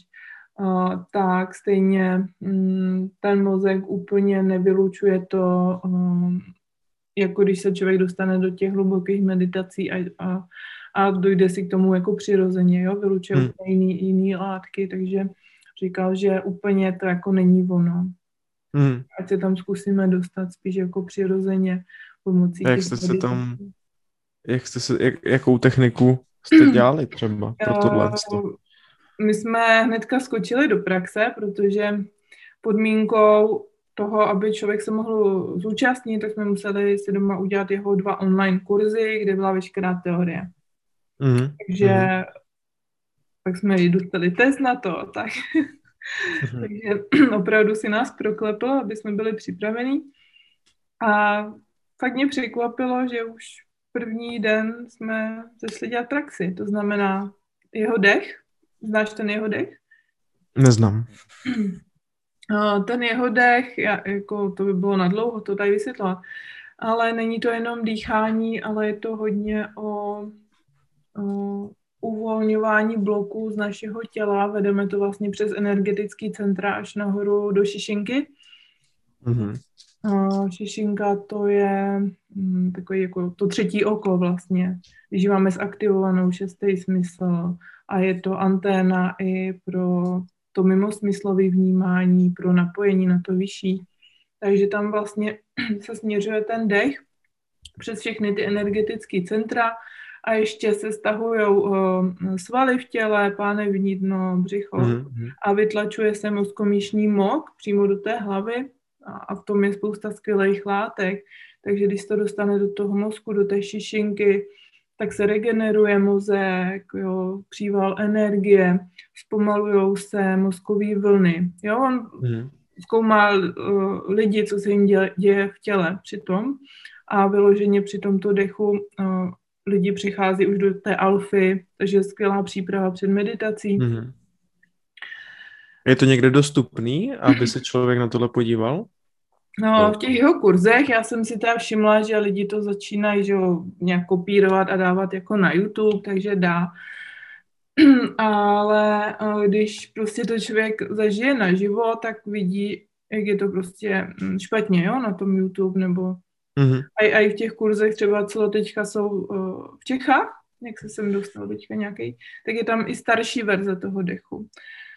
tak stejně ten mozek úplně nevylučuje to, jako když se člověk dostane do těch hlubokých meditací a dojde si k tomu jako přirozeně, jo, vylučuje úplně jiný látky, takže říkal, že úplně to jako není ono. Ať se tam zkusíme dostat spíš jako přirozeně pomocí těch meditací. Jakou techniku jste dělali třeba pro tohle? My jsme hnedka skočili do praxe, protože podmínkou toho, aby člověk se mohl zúčastnit, tak jsme museli si doma udělat jeho 2 online kurzy, kde byla veškerá teorie. Takže pak jsme ji dostali test na to, tak. Takže opravdu si nás proklepl, aby jsme byli připraveni. A fakt mě překvapilo, že už první den jsme začali dělat praxi. To znamená jeho dech. Znáš ten jeho dech? Neznám. Ten jeho dech, jako to by bylo nadlouho to tady vysvětlovat, ale není to jenom dýchání, ale je to hodně o uvolňování bloků z našeho těla. Vedeme to vlastně přes energetický centra až nahoru do šišinky. Šišinka to je takový jako to 3. oko vlastně, když máme zaktivovanou 6. smysl a je to anténa i pro to mimosmyslové vnímání, pro napojení na to vyšší. Takže tam vlastně se směřuje ten dech přes všechny ty energetické centra a ještě se stahujou svaly v těle, pánevní dno, břicho a vytlačuje se mozkomíšní mok přímo do té hlavy a v tom je spousta skvělých látek. Takže když to dostane do toho mozku, do té šišinky, tak se regeneruje mozek, jo, příval energie, zpomalujou se mozkové vlny. Jo, on zkoumá lidi, co se jim děje v těle přitom a vyloženě při tomto dechu lidi přichází už do té alfy, takže je skvělá příprava před meditací. Je to někde dostupný, aby se člověk na tohle podíval? No, v těch jeho kurzech já jsem si teda všimla, že lidi to začínají, že nějak kopírovat a dávat jako na YouTube, takže dá. Ale když prostě to člověk zažije naživo, tak vidí, jak je to prostě špatně, jo, na tom YouTube, nebo a i v těch kurzech třeba, co teďka jsou v Čechách, jak se sem dostal teďka nějaký, tak je tam i starší verze toho dechu.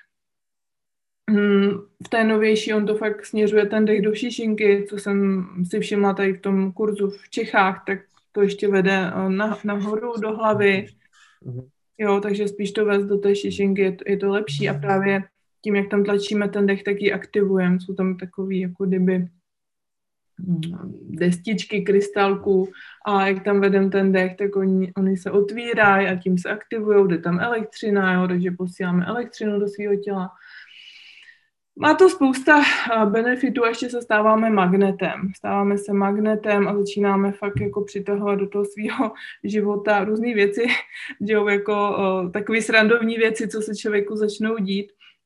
V té novější on to fakt směřuje ten dech do šišinky, co jsem si všimla tady v tom kurzu v Čechách, tak to ještě vede nahoru do hlavy. Jo, takže spíš to vést do té šišinky, je to lepší a právě tím, jak tam tlačíme ten dech, tak ji aktivujeme. Jsou tam takový jako kdyby destičky, krystalků a jak tam vedem ten dech, tak oni se otvírají a tím se aktivují, jde tam elektřina, jo, takže posíláme elektřinu do svého těla. Má to spousta benefitů a ještě se stáváme magnetem. Stáváme se magnetem a začínáme fakt jako přitahovat do toho svého života různé věci, že jako takové srandovní věci, co se člověku začnou dít.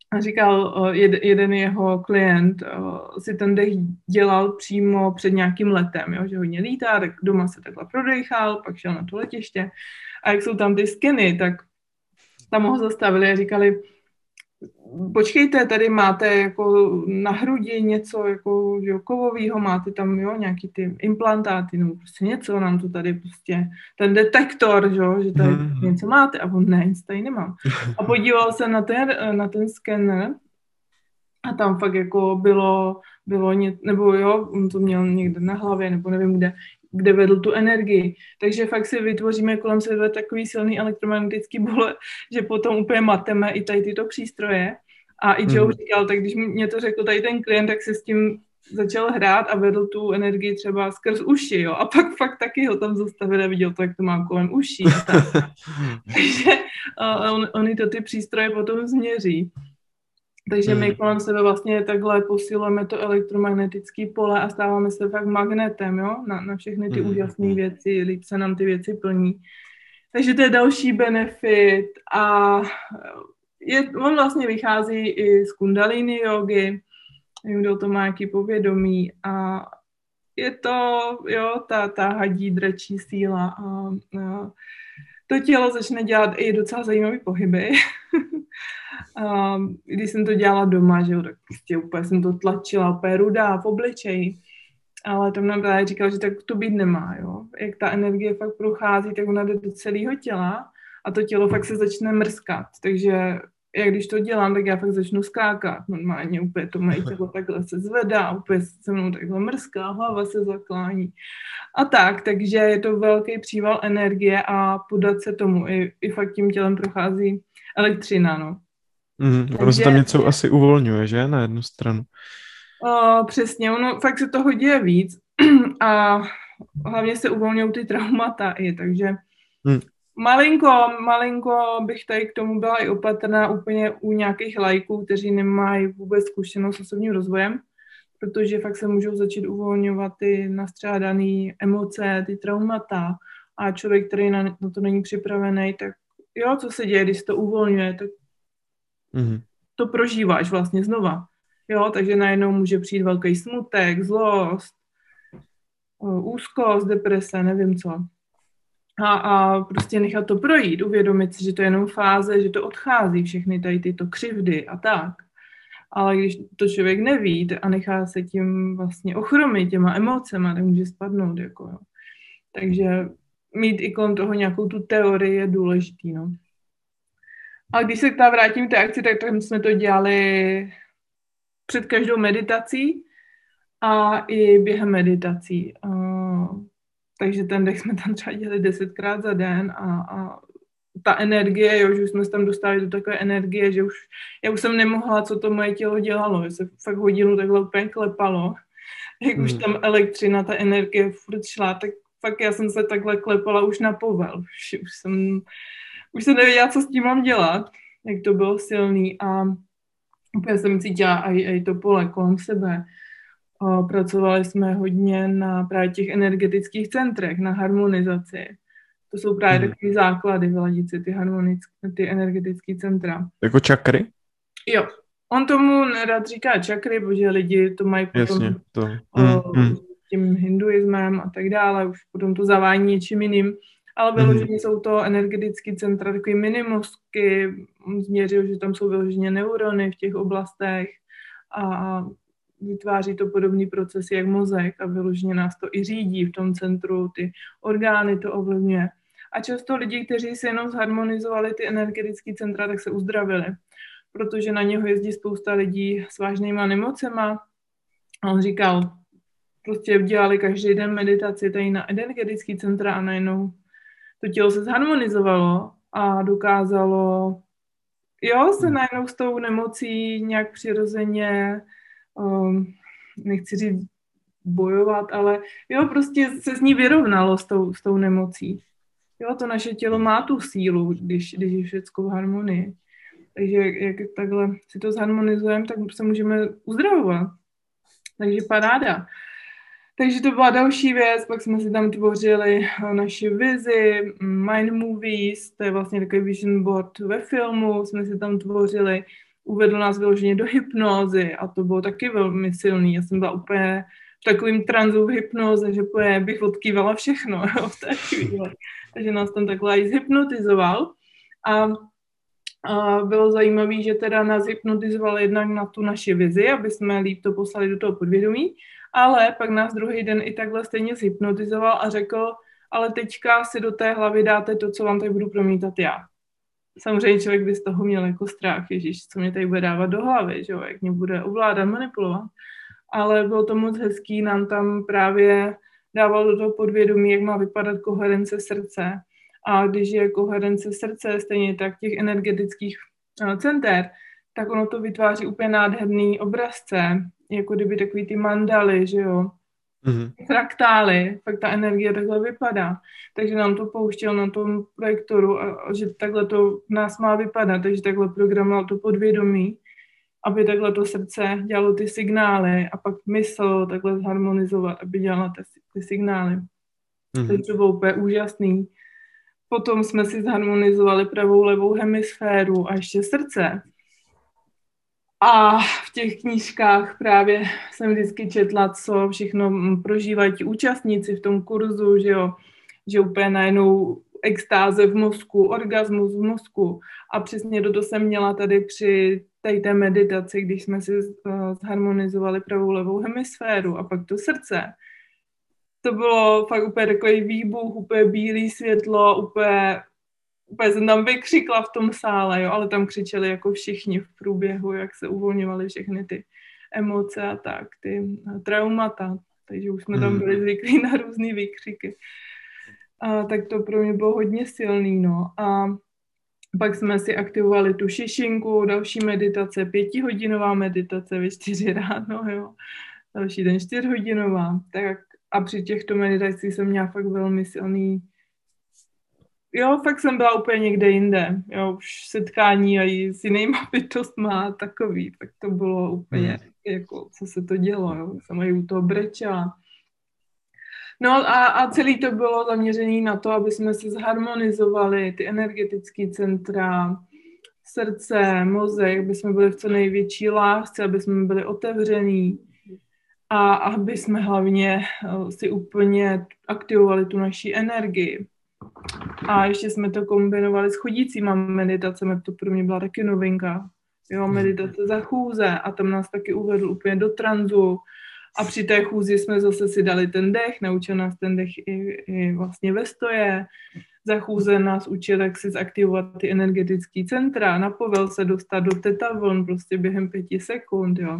A říkal, jeden jeho klient si ten dech dělal přímo před nějakým letem, jo, že hodně lítá, tak doma se takhle prodejchal, pak šel na to letiště. A jak jsou tam ty skeny, tak tam ho zastavili a říkali, počkejte, tady máte jako na hrudi něco jako kovového, máte tam nějaký ty implantáty nebo prostě něco, nám to tady prostě ten detektor, že tady něco máte a on ne, nic tady nemám. A podíval se na ten skener a tam fakt jako bylo něco, nebo on to měl někde na hlavě, nebo nevím kde vedl tu energii. Takže fakt si vytvoříme kolem sebe takový silný elektromagnetický pole, že potom úplně mateme i tady tyto přístroje. A i Joe říkal, tak když mě to řekl tady ten klient, tak se s tím začal hrát a vedl tu energii třeba skrz uši, jo. A pak fakt taky ho tam zastavil a viděl to, jak to má kolem uší. Takže oni to ty přístroje potom změří. Takže my kolem sebe vlastně takhle posilujeme to elektromagnetické pole a stáváme se fakt magnetem, jo, na všechny ty úžasné věci, líp se nám ty věci plní. Takže to je další benefit a on vlastně vychází i z kundalini jogy, kdo to má jaký povědomí a je to, ta hadí dračí síla a to tělo začne dělat i docela zajímavé pohyby. Když jsem to dělala doma, že jo, tak prostě úplně jsem to tlačila, úplně rudá v obličeji. Ale tam nám právě říkal, že tak to být nemá, jo. Jak ta energie fakt prochází, tak ona jde do celého těla a to tělo fakt se začne mrskat. Takže jak když to dělám, tak já fakt začnu skákat. Normálně úplně to moje tělo takhle se zvedá, úplně se mnou takhle mrská, hlava se zaklání. A takže je to velký příval energie a podat se tomu. I fakt tím tělem prochází elektřina, no. Ono se tam něco asi uvolňuje, že? Na jednu stranu. Přesně, ono fakt se toho děje víc a hlavně se uvolňují ty traumata i, takže malinko bych tady k tomu byla i opatrná úplně u nějakých lajků, kteří nemají vůbec zkušenost s osobním rozvojem, protože fakt se můžou začít uvolňovat ty nastřádané emoce, ty traumata a člověk, který na to není připravený, tak co se děje, když to uvolňuje, tak to prožíváš vlastně znova. Takže najednou může přijít velký smutek, zlost, úzkost, deprese, nevím co. A prostě nechat to projít, uvědomit si, že to je jenom fáze, že to odchází všechny tady tyto křivdy a tak. Ale když to člověk neví a nechá se tím vlastně ochromit těma emocema, tak může spadnout. Takže mít i kolem toho nějakou tu teorii je důležitý. No. A když se vrátím k té akci, tak jsme to dělali před každou meditací a i během meditací. Takže ten dech jsme tam třeba dělali 10krát za den a ta energie, že už jsme se tam dostali do takové energie, že já už jsem nemohla, co to moje tělo dělalo, že se fakt hodinu takhle úplně klepalo. Jak už tam elektřina, ta energie furt šla, tak fakt já jsem se takhle klepala už na povel. Už jsem nevěděla, co s tím mám dělat, jak to bylo silný a úplně jsem cítila i to pole kolem sebe. Pracovali jsme hodně na právě těch energetických centrech, na harmonizaci. To jsou právě takové základy, vyladit si ty energetické centra. Jako čakry? Jo. On tomu nerad říká čakry, protože lidi to mají potom tím hinduismem a tak dále, už potom to zavání něčím jiným. Ale vyloženě jsou to energetické centra, takové minimozky, změřil, že tam jsou vyloženě neurony v těch oblastech a vytváří to podobný procesy jak mozek a vyloženě nás to i řídí v tom centru, ty orgány to ovlivňuje. A často lidi, kteří si jenom zharmonizovali ty energetické centra, tak se uzdravili, protože na něho jezdí spousta lidí s vážnýma nemocema. A on říkal, prostě dělali každý den meditaci tady na energetické centra a najednou to tělo se zharmonizovalo a dokázalo se najednou s tou nemocí nějak přirozeně nechci říct bojovat, ale prostě se s ní vyrovnalo s tou nemocí. To naše tělo má tu sílu, když je všechno v harmonii. Takže jak takhle si to zharmonizujeme, tak se můžeme uzdravovat. Takže paráda. Takže to byla další věc, pak jsme si tam tvořili naši vizi, mind movies, to je vlastně takový vision board ve filmu, jsme si tam tvořili, uvedl nás vyloženě do hypnózy a to bylo taky velmi silný. Já jsem byla úplně v takovým tranzu v hypnoze, že bych odkývala všechno, jo, v té chvíli. Takže nás tam takhle i zhypnotizoval a bylo zajímavé, že teda nás hypnotizoval jednak na tu naši vizi, aby jsme líp to poslali do toho podvědomí, ale pak nás druhý den i takhle stejně zhypnotizoval a řekl, ale teďka si do té hlavy dáte to, co vám tady budu promítat já. Samozřejmě člověk by z toho měl jako strach, ježiš, co mě tady bude dávat do hlavy, že jo, jak mě bude ovládat, manipulovat. Ale bylo to moc hezký, nám tam právě dával do toho podvědomí, jak má vypadat koherence srdce. A když je koherence srdce, stejně tak těch energetických center, tak ono to vytváří úplně nádherný obrazce, jako kdyby takový ty mandaly, že jo, fraktály, fakt ta energie takhle vypadá. Takže nám to pouštěl na tom projektoru, a že takhle to v nás má vypadat, takže takhle programoval to podvědomí, aby takhle to srdce dělalo ty signály a pak mysl takhle zharmonizovat, aby dělala ty signály. Takže to bylo úplně úžasný. Potom jsme si zharmonizovali pravou, levou hemisféru a ještě srdce. A v těch knížkách právě jsem vždycky četla, co všechno prožívají ti účastníci v tom kurzu, že jo, že úplně najednou extáze v mozku, orgasmus v mozku. A přesně toto jsem měla tady při té meditaci, když jsme si zharmonizovali pravou, levou hemisféru a pak to srdce. To bylo fakt úplně takový výbuch, úplně bílý světlo, úplně jsem tam vykřikla v tom sále, jo, ale tam křičeli jako všichni v průběhu, jak se uvolňovaly všechny ty emoce a tak, ty traumata, takže už jsme tam byli zvyklí na různý výkřiky. A tak to pro mě bylo hodně silný, no. A pak jsme si aktivovali tu šišinku, další meditace, 5hodinová meditace ve 4 ráno, jo. Další den 4hodinová, tak a při těchto meditacích jsem měla fakt velmi silný. Jo, fakt jsem byla úplně někde jinde. Jo, už setkání a s jinýma bytostma takový. Tak to bylo úplně, jako, co se to dělo. Jo. Jsem i u toho brečela. No a celý to bylo zaměřené na to, aby jsme si zharmonizovali ty energetické centra, srdce, mozek, aby jsme byli v co největší lásce, aby jsme byli otevření. A aby jsme hlavně si úplně aktivovali tu naši energii. A ještě jsme to kombinovali s chodícíma meditacemi, to pro mě byla taky novinka. Jo, meditace za chůze a tam nás taky uvedl úplně do tranzu. A při té chůzi jsme zase si dali ten dech, naučil nás ten dech i vlastně ve stoje. Za chůze nás učil, jak si zaktivovat ty energetické centra, na povel se dostat do theta vln prostě během 5 sekund, jo.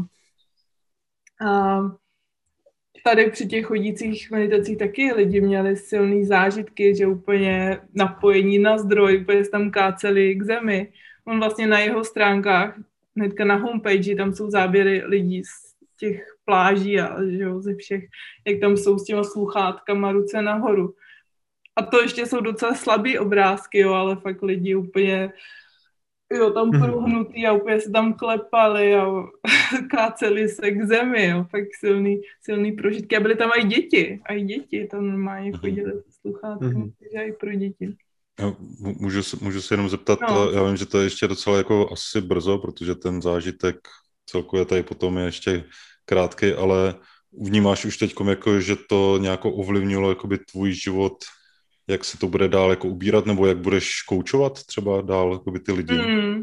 A tady při těch chodících meditacích taky lidi měli silný zážitky, že úplně napojení na zdroj, úplně se tam káceli k zemi. On vlastně na jeho stránkách, hnedka na homepage, tam jsou záběry lidí z těch pláží a že jo, ze všech, jak tam jsou s těma sluchátkama ruce nahoru. A to ještě jsou docela slabý obrázky, jo, ale fakt lidi úplně jo, tam prohnutý a úplně se tam klepali a káceli se k zemi, jo, fakt silný prožitky. A byly tam i děti tam normálně chodili se sluchátkami, takže i pro děti. Já můžu se jenom zeptat, no. Já vím, že to je ještě docela jako asi brzo, protože ten zážitek celkově tady potom je ještě krátký, ale vnímáš už teď, jako, že to nějak ovlivnilo jakoby tvůj život, jak se to bude dál jako ubírat, nebo jak budeš koučovat třeba dál jakoby ty lidi?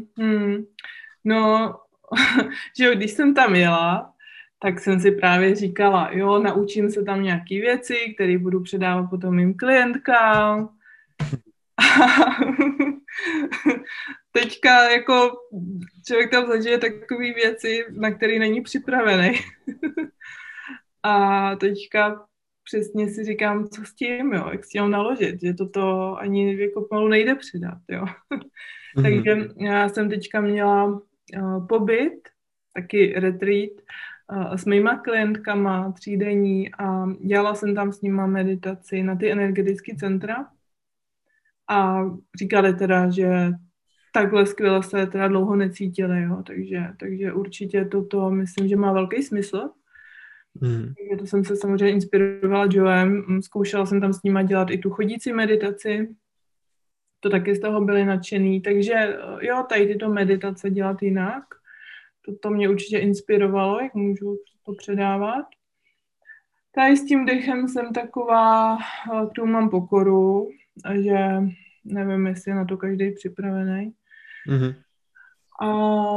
No, že jo, když jsem tam jela, tak jsem si právě říkala, jo, naučím se tam nějaký věci, které budu předávat potom mým klientkám. Teďka jako člověk tam zažije takové věci, na které není připravený. A teďka přesně si říkám, co s tím, jo, jak s tím naložit, že toto ani jako pomalu nejde předat, jo. Takže já jsem teďka měla pobyt, taky retreat s mýma klientkama 3denní a dělala jsem tam s nima meditaci na ty energetické centra a říkali teda, že takhle skvěle se teda dlouho necítili, jo, takže určitě toto myslím, že má velký smysl. Takže to jsem se samozřejmě inspirovala Joem, zkoušela jsem tam s nima dělat i tu chodící meditaci, to taky z toho byli nadšený, takže jo, tady tyto meditace dělat jinak to mě určitě inspirovalo, jak můžu to předávat. Tady s tím dechem jsem taková, k tomu mám pokoru, že nevím, jestli je na to každý připravený. Mhm. A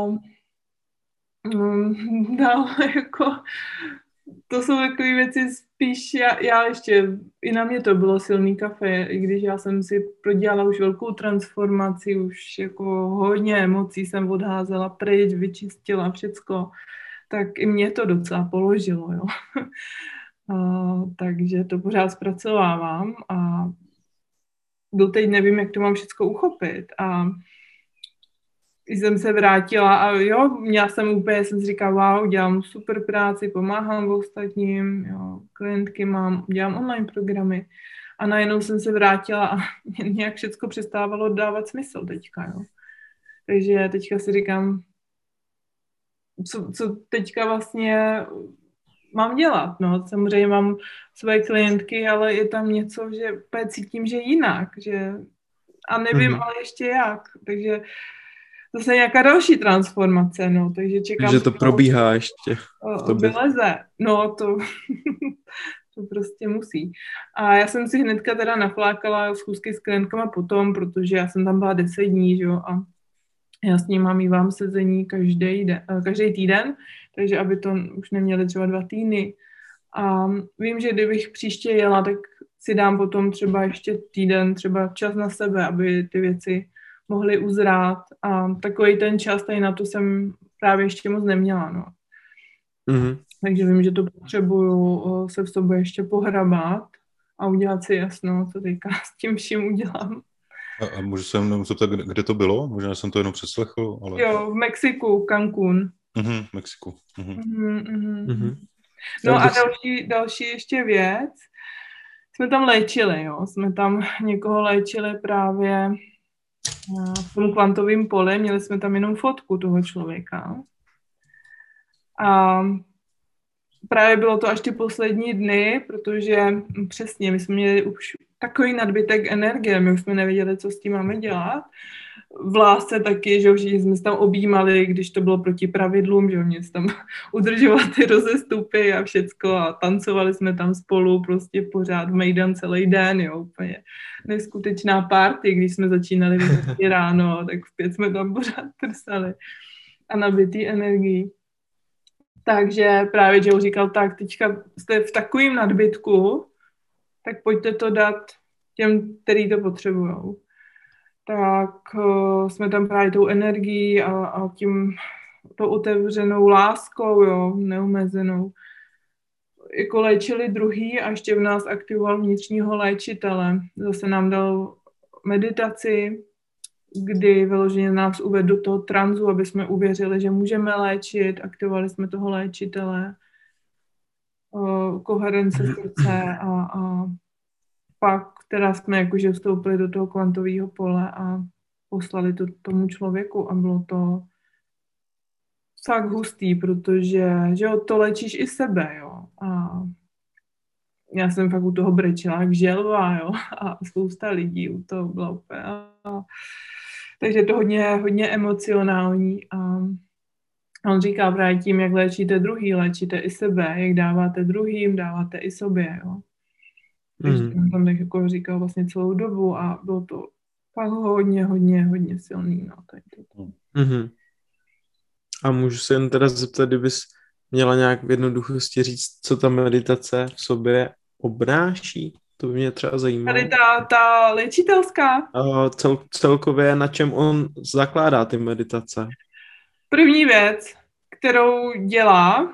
dál jako to jsou takové věci spíš, já ještě, i na mě to bylo silný kafe, i když já jsem si prodělala už velkou transformaci, už jako hodně emocí jsem odházela pryč, vyčistila všecko, tak i mě to docela položilo, jo. Takže to pořád zpracovávám a doteď nevím, jak to mám všecko uchopit a jsem se vrátila a jo, měla jsem úplně, jsem si říkala, wow, dělám super práci, pomáhám ostatním, jo, klientky mám, dělám online programy a najednou jsem se vrátila a nějak všecko přestávalo dávat smysl teďka, jo. Takže teďka si říkám, co teďka vlastně mám dělat, no. Samozřejmě mám své klientky, ale je tam něco, že cítím, že jinak, že a nevím, ale ještě jak, takže zase nějaká další transformace, no, takže čekám. Takže to probíhá ještě. Vyleze, no to, to prostě musí. A já jsem si hnedka teda naflákala schůzky s klientkama potom, protože já jsem tam byla 10 dní, že jo, a já s nima mívám sezení každý týden, takže aby to už neměli třeba 2 týdny. A vím, že kdybych příště jela, tak si dám potom třeba ještě týden, třeba čas na sebe, aby ty věci mohly uzrát a takový ten čas tady na to jsem právě ještě moc neměla, no. Mm-hmm. Takže vím, že to potřebuju se v sobě ještě pohrabat a udělat si jasno, co teďka s tím vším udělám. A můžu se jenom zeptat, kde to bylo? Možná jsem to jenom přeslechl, ale... Jo, v Mexiku, Cancún. V Mexiku. No a další ještě věc. Jsme tam léčili, jo. Jsme tam někoho léčili právě v tom kvantovém poli. Měli jsme tam jenom fotku toho člověka. A právě bylo to až ty poslední dny, protože přesně, my jsme měli už takový nadbytek energie, my už jsme nevěděli, co s tím máme dělat. V lásce taky, že jsme se tam objímali, když to bylo proti pravidlům, že mě se tam udržovali ty rozestupy a všecko a tancovali jsme tam spolu prostě pořád v mejdan celý den, jo, úplně neskutečná party, když jsme začínali ráno, tak v 5 jsme tam pořád trsali a nabitý energií. Takže právě Joe říkal, tak teďka jste v takovým nadbytku, tak pojďte to dát těm, který to potřebujou. Tak jsme tam právě tou energií a tím tou otevřenou láskou, jo, neomezenou. Jako léčili druhý a ještě v nás aktivoval vnitřního léčitele. Zase nám dal meditaci, kdy vyloženě nás uvedl do toho tranzu, aby jsme uvěřili, že můžeme léčit, aktivovali jsme toho léčitele, koherence srdce a pak teda jsme jakože vstoupili do toho kvantového pole a poslali to tomu člověku a bylo to fakt hustý, protože že jo, to léčíš i sebe, jo. A já jsem fakt u toho brečela jak želva, jo. A spousta lidí u toho bylo úplně. Takže to hodně emocionální. A on říká právě tím, jak léčíte druhý, léčíte i sebe, jak dáváte druhým, dáváte i sobě, jo. Takže on tam tak jako říkal vlastně celou dobu a bylo to fakt hodně silný, no. Mm-hmm. A můžu se jen teda zeptat, kdybys měla nějak v jednoduchosti říct, co ta meditace v sobě obnáší? To by mě třeba zajímalo. Tady ta léčitelská? Celkově, na čem on zakládá ty meditace? První věc, kterou dělá,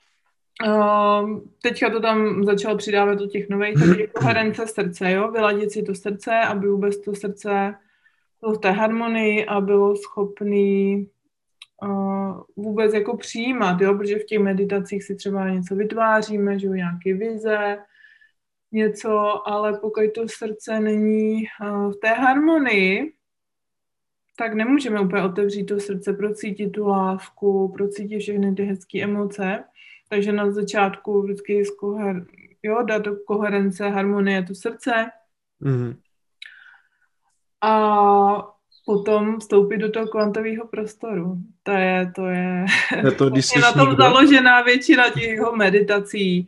teďka to tam začal přidávat do těch nových, tak je koherence srdce, jo? Vyladit si to srdce, aby vůbec to srdce bylo v té harmonii a bylo schopný vůbec jako přijímat, jo? Protože v těch meditacích si třeba něco vytváříme, že jo, nějaké vize, něco, ale pokud to srdce není v té harmonii, tak nemůžeme úplně otevřít to srdce, procítit tu lásku, procítit všechny ty hezké emoce. Takže na začátku vždycky dát do koherence, harmonie to srdce. Mm-hmm. A potom vstoupit do toho kvantového prostoru. To je To, když vlastně jsi na tom nikdo. založená většina těch jeho meditací.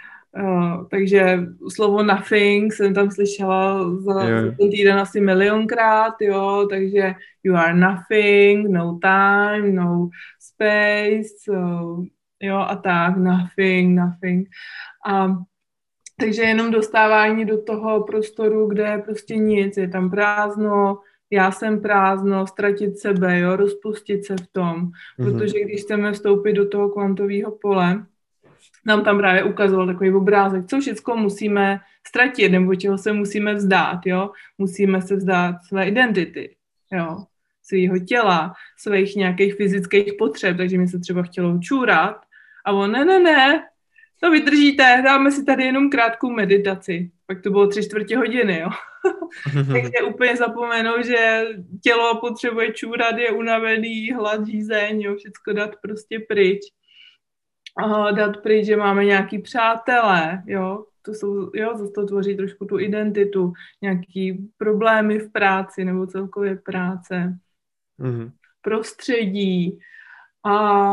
Takže slovo nothing jsem tam slyšela za ten týden asi milionkrát, jo, takže you are nothing, no time, no space, jo, a tak, nothing. A takže jenom dostávání do toho prostoru, kde je prostě nic, je tam prázdno, já jsem prázdno, ztratit sebe, jo, rozpustit se v tom, protože když chceme vstoupit do toho kvantového pole, nám tam právě ukazoval takový obrázek, co všechno musíme ztratit, nebo čeho se musíme vzdát, jo, musíme se vzdát své identity, jo, svého těla, svých nějakých fyzických potřeb, takže mi se třeba chtělo čůrat, a on, ne, to vydržíte, dáme si tady jenom krátkou meditaci. Pak to bylo 3/4 hodiny, jo. Takže úplně zapomenu, že tělo potřebuje čůrat, je unavený, hlad, žízeň, jo, všecko dát prostě pryč. Dát pryč, že máme nějaký přátelé, jo, to jsou, jo, zase to tvoří trošku tu identitu, nějaký problémy v práci nebo celkově práce, prostředí a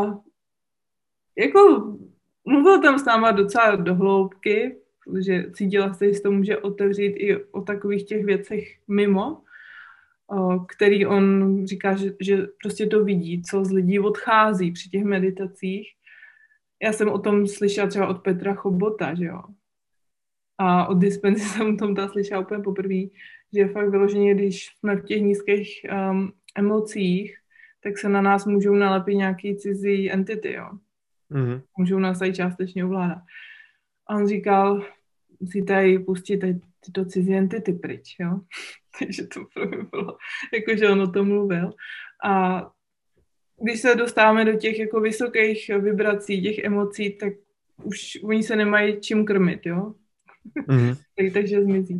jako mluvil tam s náma docela do hloubky, protože cítila se, že se to může otevřít i o takových těch věcech mimo, který on říká, že prostě to vidí, co z lidí odchází při těch meditacích. Já jsem o tom slyšela třeba od Petra Chobota, že jo. A od Dispensy jsem o tom slyšela úplně poprvé, že je fakt vyloženě, když jsme v těch nízkých emocích, tak se na nás můžou nalepit nějaký cizí entity, jo. Můžou nás tady částečně ovládat. A on říkal, musíte tady pustit tyto cizí entity pryč, jo. Takže to pro mě bylo, jakože on o tom mluvil. A když se dostáváme do těch jako vysokých vibrací, těch emocí, tak už oni se nemají čím krmit, jo. Takže zmizí.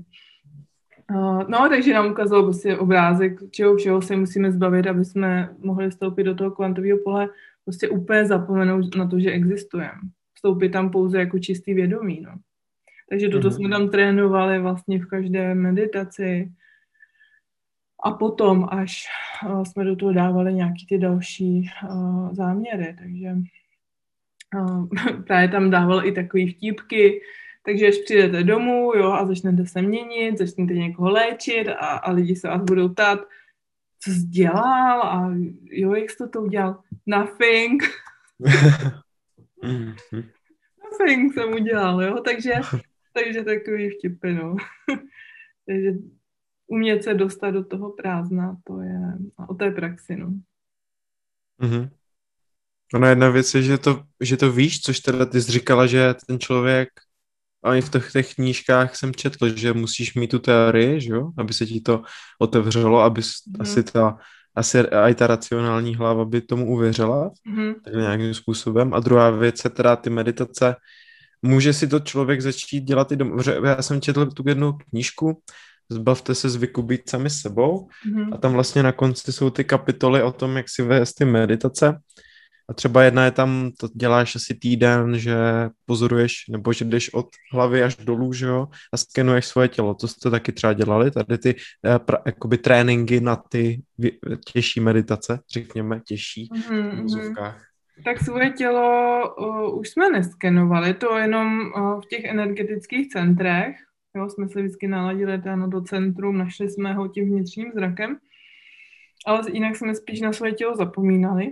No, takže nám ukázal prostě obrázek, čeho všeho se musíme zbavit, aby jsme mohli vstoupit do toho kvantového pole, prostě úplně zapomenout na to, že existujeme. Vstoupit tam pouze jako čistý vědomí, no. Takže toto jsme tam trénovali vlastně v každé meditaci a potom až jsme do toho dávali nějaký ty další záměry, takže právě tam dával i takový vtípky, takže až přijdete domů, jo, a začnete se měnit, začnete někoho léčit a lidi se vás budou ptát, co jsi dělal a jo, jak jsi to udělal? Nothing. Nothing jsem udělal, jo, takže takový vtipy, no. Takže umět se dostat do toho prázdna, to je o té praxi, no. Ono jedna věc je, že to víš, což teda ty jsi říkala, že ten člověk, a i v těch knížkách jsem četl, že musíš mít tu teorii, že jo, aby se ti to otevřelo, aby asi i ta racionální hlava by tomu uvěřila, tak nějakým způsobem. A druhá věc je teda ty meditace. Může si to člověk začít dělat i doma. Já jsem četl tu jednu knížku, Zbavte se zvyku být sami sebou, a tam vlastně na konci jsou ty kapitoly o tom, jak si vést ty meditace. A třeba jedna je tam, to děláš asi týden, že pozoruješ, nebo že jdeš od hlavy až dolů, že jo, a skenuješ svoje tělo. To jste taky třeba dělali, tady ty jakoby tréninky na ty těžší meditace, řekněme, těžší v vozovkách. Tak svoje tělo už jsme neskenovali, to jenom v těch energetických centrech, jo, jsme se vždycky naladili do centrum, našli jsme ho tím vnitřním zrakem, ale jinak jsme spíš na svoje tělo zapomínali.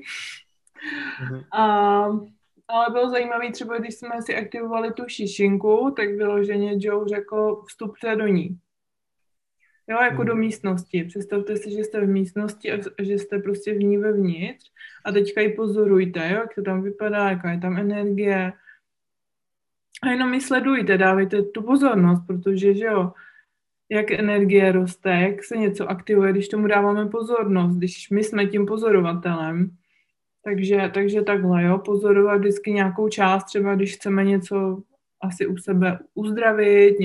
Ale bylo zajímavé třeba, když jsme si aktivovali tu šišinku, tak vyloženě Joe řekl, vstupte do ní. Jo, jako do místnosti. Představte si, že jste v místnosti a že jste prostě v ní vevnitř a teďka ji pozorujte, jo, jak to tam vypadá, jaká je tam energie. A jenom ji sledujte, dávejte tu pozornost, protože, že jo, jak energie roste, jak se něco aktivuje, když tomu dáváme pozornost, když my jsme tím pozorovatelem. Takže takhle, jo, pozorovat vždycky nějakou část, třeba když chceme něco asi u sebe uzdravit,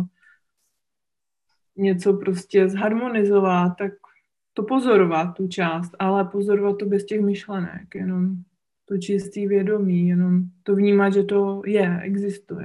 něco prostě zharmonizovat, tak to pozorovat, tu část, ale pozorovat to bez těch myšlenek, jenom to čistý vědomí, jenom to vnímat, že to existuje,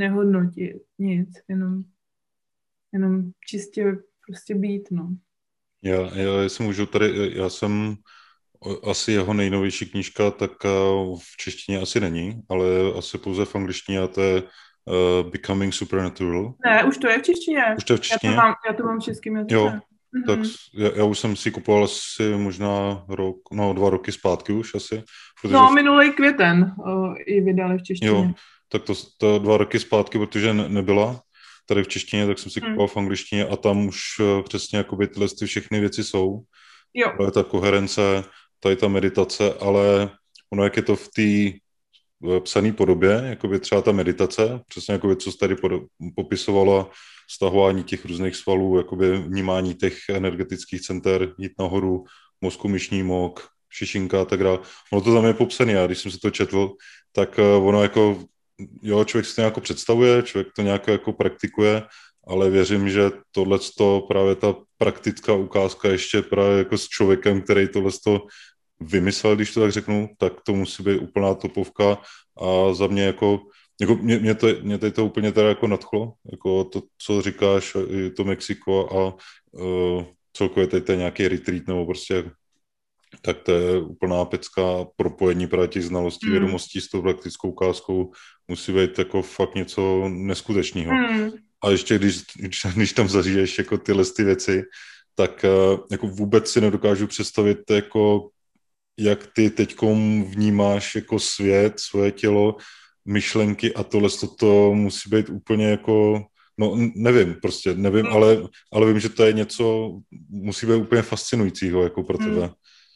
nehodnotit nic, jenom čistě prostě být, no. Já si můžu tady, já jsem asi jeho nejnovější knížka, tak v češtině asi není, ale asi pouze v angličtině, a to je Becoming Supernatural. Ne, už to je v češtině. Už to je v češtině? Já to mám v českém Jo, jazyce. tak Mhm. já už jsem si kupoval asi možná 2 roky zpátky už asi, protože No, minulý květen ji vydali v jo, češtině. tak to 2 roky zpátky, protože nebyla tady v češtině, tak jsem si Hmm. kupoval v angličtině a tam už přesně jakoby tyhle ty všechny věci jsou. Jo. To je ta koherence, tady ta meditace, ale ono, jak je to v té psané podobě, jakoby třeba ta meditace, přesně jakoby, co jsi tady popisovala, stahování těch různých svalů, jakoby vnímání těch energetických center, jít nahoru, mozku, myšní mok, šišinka a tak dále. Ono to tam je popsané, a když jsem si to četl, tak ono jako, jo, člověk si to nějak představuje, člověk to nějak jako praktikuje, ale věřím, že tohleto, právě ta praktická ukázka ještě právě jako s člověkem, který tohleto vymyslel, když to tak řeknu, tak to musí být úplná topovka, a za mě jako mě to úplně teda jako nadchlo, jako to, co říkáš, i to Mexiko a celkově tady to je nějaký retreat nebo prostě, tak to je úplná pecka, propojení právě těch znalostí, vědomostí s tou praktickou ukázkou musí být jako fakt něco neskutečného. A ještě když tam zažiješ jako tyhle ty věci, tak jako vůbec si nedokážu představit, jako jak ty teďkom vnímáš jako svět, svoje tělo, myšlenky, a tohle to musí být úplně jako, no nevím, ale vím, že to je něco, musí být úplně fascinujícího jako pro tebe.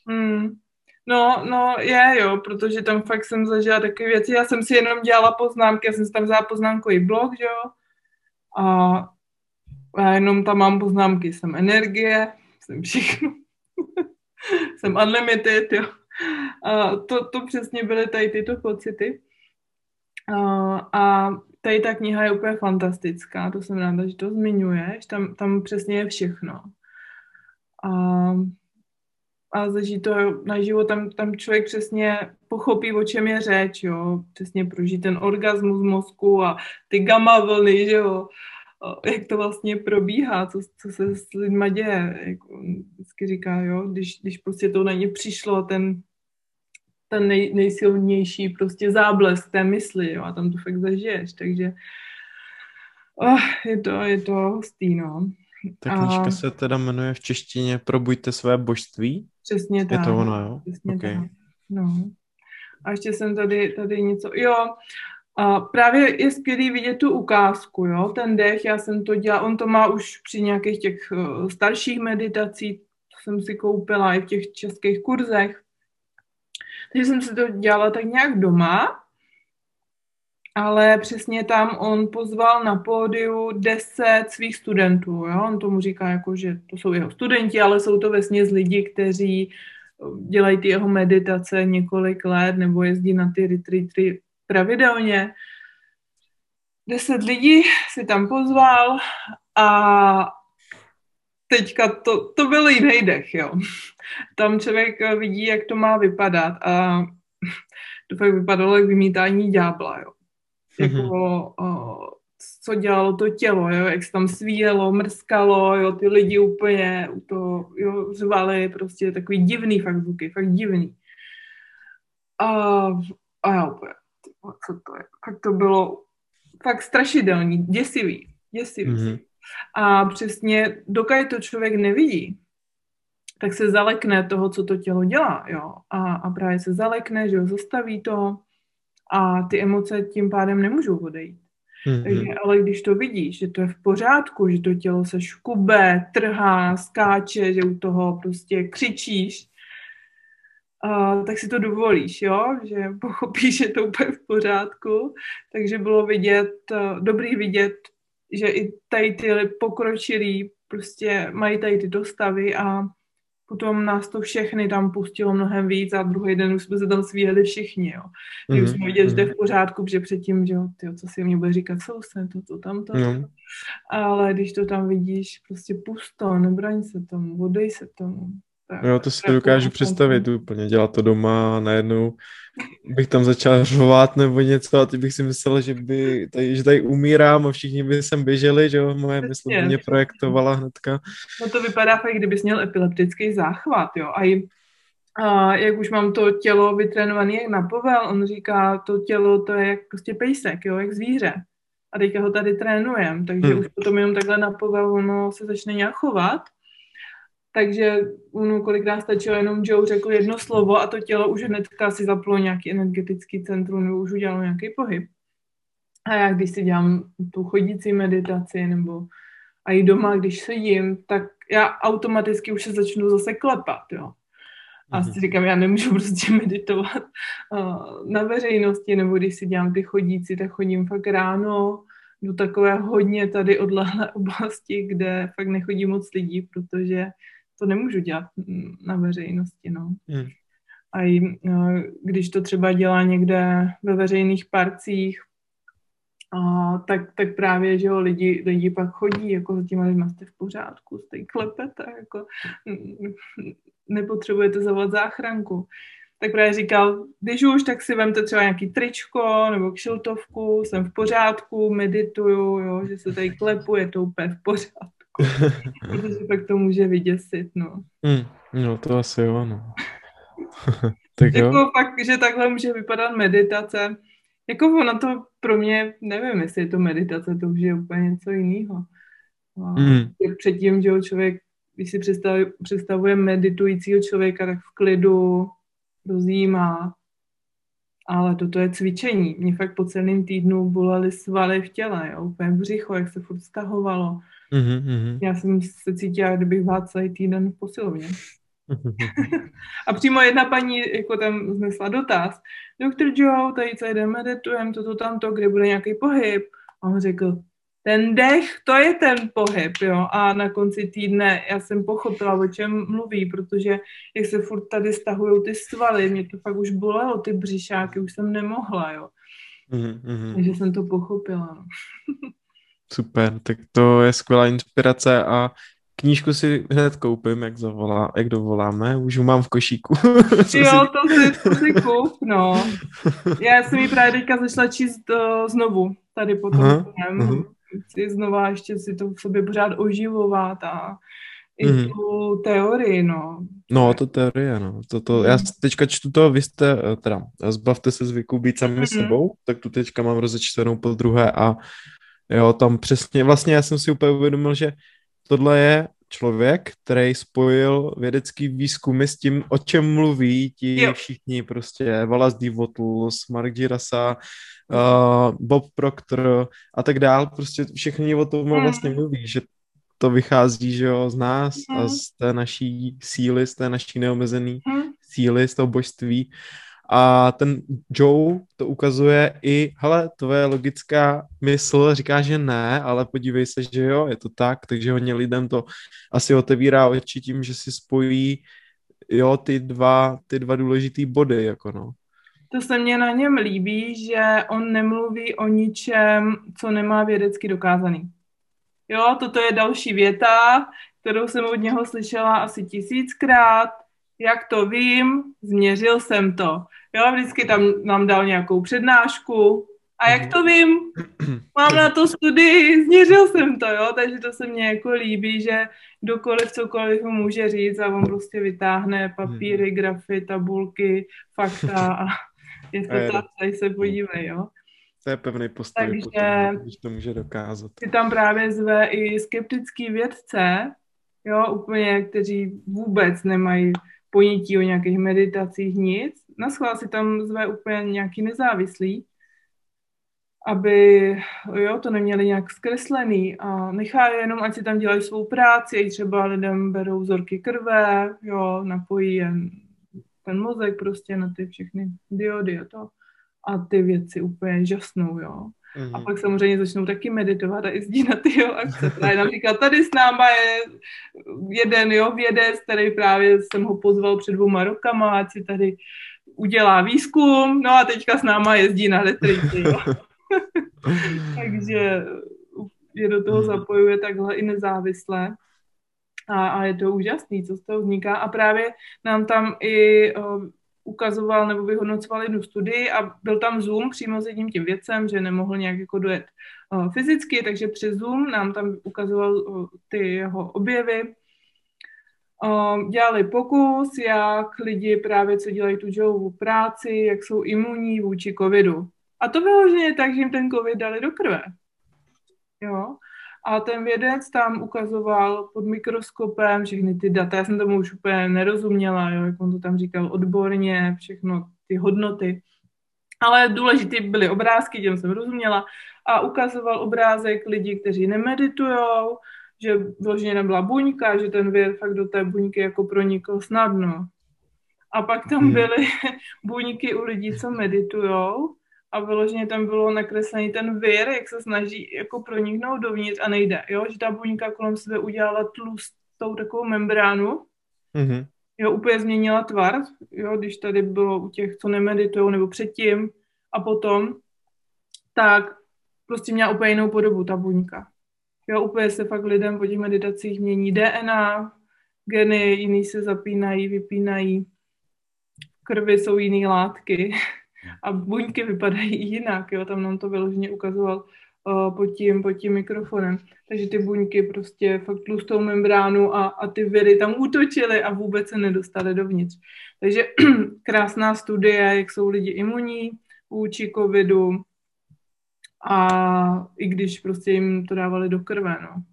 No, jo, protože tam fakt jsem zažila takové věci, já jsem si jenom dělala poznámky, já jsem si tam vzala poznámkový blok, že jo, a já jenom tam mám poznámky, jsem energie, jsem všechno, jsem unlimited, jo. A to přesně byly tady tyto pocity. A tady ta kniha je úplně fantastická, to jsem ráda, že to zmiňuješ, tam přesně je všechno. A zažít to naživo, tam člověk přesně pochopí, o čem je řeč, jo, přesně prožít ten orgasmus mozku a ty gamma vlny, že jo, jak to vlastně probíhá, co se s lidma děje, jako vždycky říká, jo, když prostě to na ně přišlo, ten nejsilnější prostě záblesk té mysli, jo, a tam to fakt zažiješ, takže je to hustý, no. Ta knížka se teda jmenuje v češtině Probuďte své božství? Přesně tak. Je to ono, jo? Přesně okay. tak. No. A ještě jsem tady něco, jo, a právě je skvělý vidět tu ukázku, jo, ten dech, já jsem to dělala, on to má už při nějakých těch starších meditacích, to jsem si koupila i v těch českých kurzech, takže jsem si to dělala tak nějak doma, ale přesně tam on pozval na pódiu 10 svých studentů, jo? On tomu říká, jako, že to jsou jeho studenti, ale jsou to vesměs lidi, kteří dělají ty jeho meditace několik let nebo jezdí na ty retreaty pravidelně. 10 lidí si tam pozval a teďka to byl jiný dech, jo. Tam člověk vidí, jak to má vypadat, a to fakt vypadalo jak vymítání ďábla, jo. Jako, co dělalo to tělo, jo, jak se tam svíjelo, mrskalo, jo, ty lidi úplně jo, řvali, prostě takový divný fakt zvuky, fakt divný. A já úplně, co to je? Fakt to bylo fakt strašidelný, děsivý. Mm-hmm. A přesně, dokud to člověk nevidí, tak se zalekne toho, co to tělo dělá, jo. A právě se zalekne, že jo, zastaví to a ty emoce tím pádem nemůžou odejít. Mm-hmm. Takže, ale když to vidíš, že to je v pořádku, že to tělo se škube, trhá, skáče, že u toho prostě křičíš, tak si to dovolíš, jo, že pochopíš, že to úplně v pořádku, takže bylo dobrý vidět, že i tady ty pokročilí prostě mají tady ty dostavy a potom nás to všechny tam pustilo mnohem víc a druhý den už jsme se tam svíjeli všichni, jo. Už jsme viděli, že to je v pořádku, protože předtím, že jo, tyjo, co si o mě bude říkat, soused, to, tamto. Ale když to tam vidíš, prostě pusto, nebraň se tomu, odej se tomu. Tak, jo, to si to dokážu představit úplně, dělat to doma a najednou bych tam začal řovat nebo něco a ty bych si myslel, že tady umírám a všichni by sem běželi, že jo, moje mysl by mě projektovala hnedka. No to vypadá fakt, kdybys měl epileptický záchvat, jo, a jak už mám to tělo vytrénované jak na povel, on říká, to tělo to je jak prostě pejsek, jo, jak zvíře. A teďka ho tady trénujem, takže už potom jenom takhle na povel ono se začne nějak chovat. Takže ono kolikrát stačilo jenom Joe řekl jedno slovo a to tělo už hnedka si zaplo nějaký energetický centrum nebo už udělalo nějaký pohyb. A já když si dělám tu chodící meditaci nebo a i doma, když sedím, tak já automaticky už se začnu zase klepat, jo. A si říkám, já nemůžu prostě meditovat na veřejnosti, nebo když si dělám ty chodící, tak chodím fakt ráno do takové hodně tady odlehlé oblasti, kde fakt nechodí moc lidí, protože to nemůžu dělat na veřejnosti, no. A když to třeba dělá někde ve veřejných parcích, tak právě, že jo, lidi pak chodí, jako za těma lidma jste v pořádku, jste klepete, jako nepotřebujete zavolat záchranku. Tak právě říkal, když už, tak si vemte třeba nějaký tričko nebo kšiltovku, jsem v pořádku, medituju, jo, že se tady klepu, je to úplně v pořádku. Protože pak to může vyděsit, no. No to asi jo, no. Tak jo. Jako fakt, že takhle může vypadat meditace. Jako ono to pro mě, nevím, jestli je to meditace, to už je úplně něco jiného. Předtím, že člověk, když si představuje meditujícího člověka, tak v klidu rozjímá. Ale toto je cvičení. Mě fakt po celém týdnu bolely svaly v těle, jo? Úplně břicho, jak se furt stahovalo. Já jsem se cítila, kdybych byla celý týden v posilovně. A přímo jedna paní jako tam znesla dotaz. Doktor Joe, tady celý den meditujeme, toto tamto, kde bude nějaký pohyb. A on řekl, ten dech, to je ten pohyb, jo. A na konci týdne já jsem pochopila, o čem mluví, protože jak se furt tady stahujou ty svaly, mě to fakt už bolelo, ty břišáky, už jsem nemohla, jo. Takže jsem to pochopila, no. Super, tak to je skvělá inspirace a knížku si hned koupím, jak dovoláme, už ho mám v košíku. Jo, to si koup, no. Já jsem ji právě teďka začala číst znovu, tady potom. Chci znova ještě si to v sobě pořád oživovat a i tu teorii, no. No, to teorie, no. Já teďka čtu to, vy jste, teda, zbavte se zvyku být sami sebou, tak tu teďka mám rozečtenou po druhé a jo, tam přesně, vlastně já jsem si úplně uvědomil, že tohle je člověk, který spojil vědecký výzkumy s tím, o čem mluví ti všichni prostě, Wallace D. Wattles, Mark Girassa, Bob Proctor a tak dál, prostě všichni o tom vlastně mluví, že to vychází, že jo, z nás a z té naší síly, z té naší neomezené síly, z toho božství. A ten Joe to ukazuje i, hele, tvoje logická mysl říká, že ne, ale podívej se, že jo, je to tak, takže hodně lidem to asi otevírá oči tím, že si spojí, jo, ty dva důležitý body, jako no. To se mně na něm líbí, že on nemluví o ničem, co nemá vědecky dokázaný. Jo, toto je další věta, kterou jsem od něho slyšela asi 1000krát. Jak to vím, změřil jsem to. Jo, vždycky tam nám dal nějakou přednášku. A jak to vím, mám na to studii, změřil jsem to, jo. Takže to se mně jako líbí, že kdokoliv, cokoliv mu může říct a on prostě vytáhne papíry, grafy, tabulky, fakta a je to tak, tady se podívej, jo. To je pevný postoj, takže potom, když to může dokázat. Ty tam právě zve i skeptický vědce, jo, úplně, kteří vůbec nemají ponětí o nějakých meditacích, nic. Naschvál si tam zve úplně nějaký nezávislý, aby jo, to neměli nějak zkreslený a nechá jenom, ať si tam dělají svou práci, i třeba lidem berou vzorky krve, jo, napojí jen ten mozek prostě na ty všechny diody a to. A ty věci úplně žasnou, jo. A pak samozřejmě začnou taky meditovat a jezdí na ty akce. Právě nám říkal, tady s náma je jeden vědec, který právě jsem ho pozval před 2 rokama, ať si tady udělá výzkum, no a teďka s náma jezdí na retreaty, jo. Takže je do toho zapojuje takhle i nezávisle. A je to úžasný, co z toho vzniká. A právě nám tam i ukazoval nebo vyhodnocoval jednu studii a byl tam Zoom přímo s jedním tím vědcem, že nemohl nějak jako dojet fyzicky, takže přes Zoom nám tam ukazoval ty jeho objevy. Dělali pokus, jak lidi právě, co dělají tu jobbovou práci, jak jsou imunní vůči covidu. A to vyloženě tak, že jim ten covid dali do krve. Jo. A ten vědec tam ukazoval pod mikroskopem všechny ty data. Já jsem tomu už úplně nerozuměla, jo, jak on to tam říkal odborně, všechno ty hodnoty. Ale důležité byly obrázky, těm jsem rozuměla. A ukazoval obrázek lidí, kteří nemeditujou, že vloženě nebyla buňka, že ten vir fakt do té buňky jako pronikl snadno. A pak tam byly buňky u lidí, co meditujou, a vyloženě tam bylo nakreslený ten vir, jak se snaží jako proniknout dovnitř a nejde, jo, že ta buňka kolem sebe udělala tlustou takovou membránu, jo, úplně změnila tvar, jo, když tady bylo u těch, co nemeditujou, nebo předtím a potom, tak prostě měla úplně jinou podobu ta buňka. Jo, úplně se fakt lidem po těch meditacích mění DNA, geny, jiný se zapínají, vypínají, v krvi jsou jiné látky a buňky vypadají jinak, jo, tam nám to vyloženě ukazoval pod tím mikrofonem. Takže ty buňky prostě fakt tlustou membránu a ty viry tam útočily a vůbec se nedostaly dovnitř. Takže krásná studie, jak jsou lidi imunní vůči covidu, a i když prostě jim to dávali do krve, no.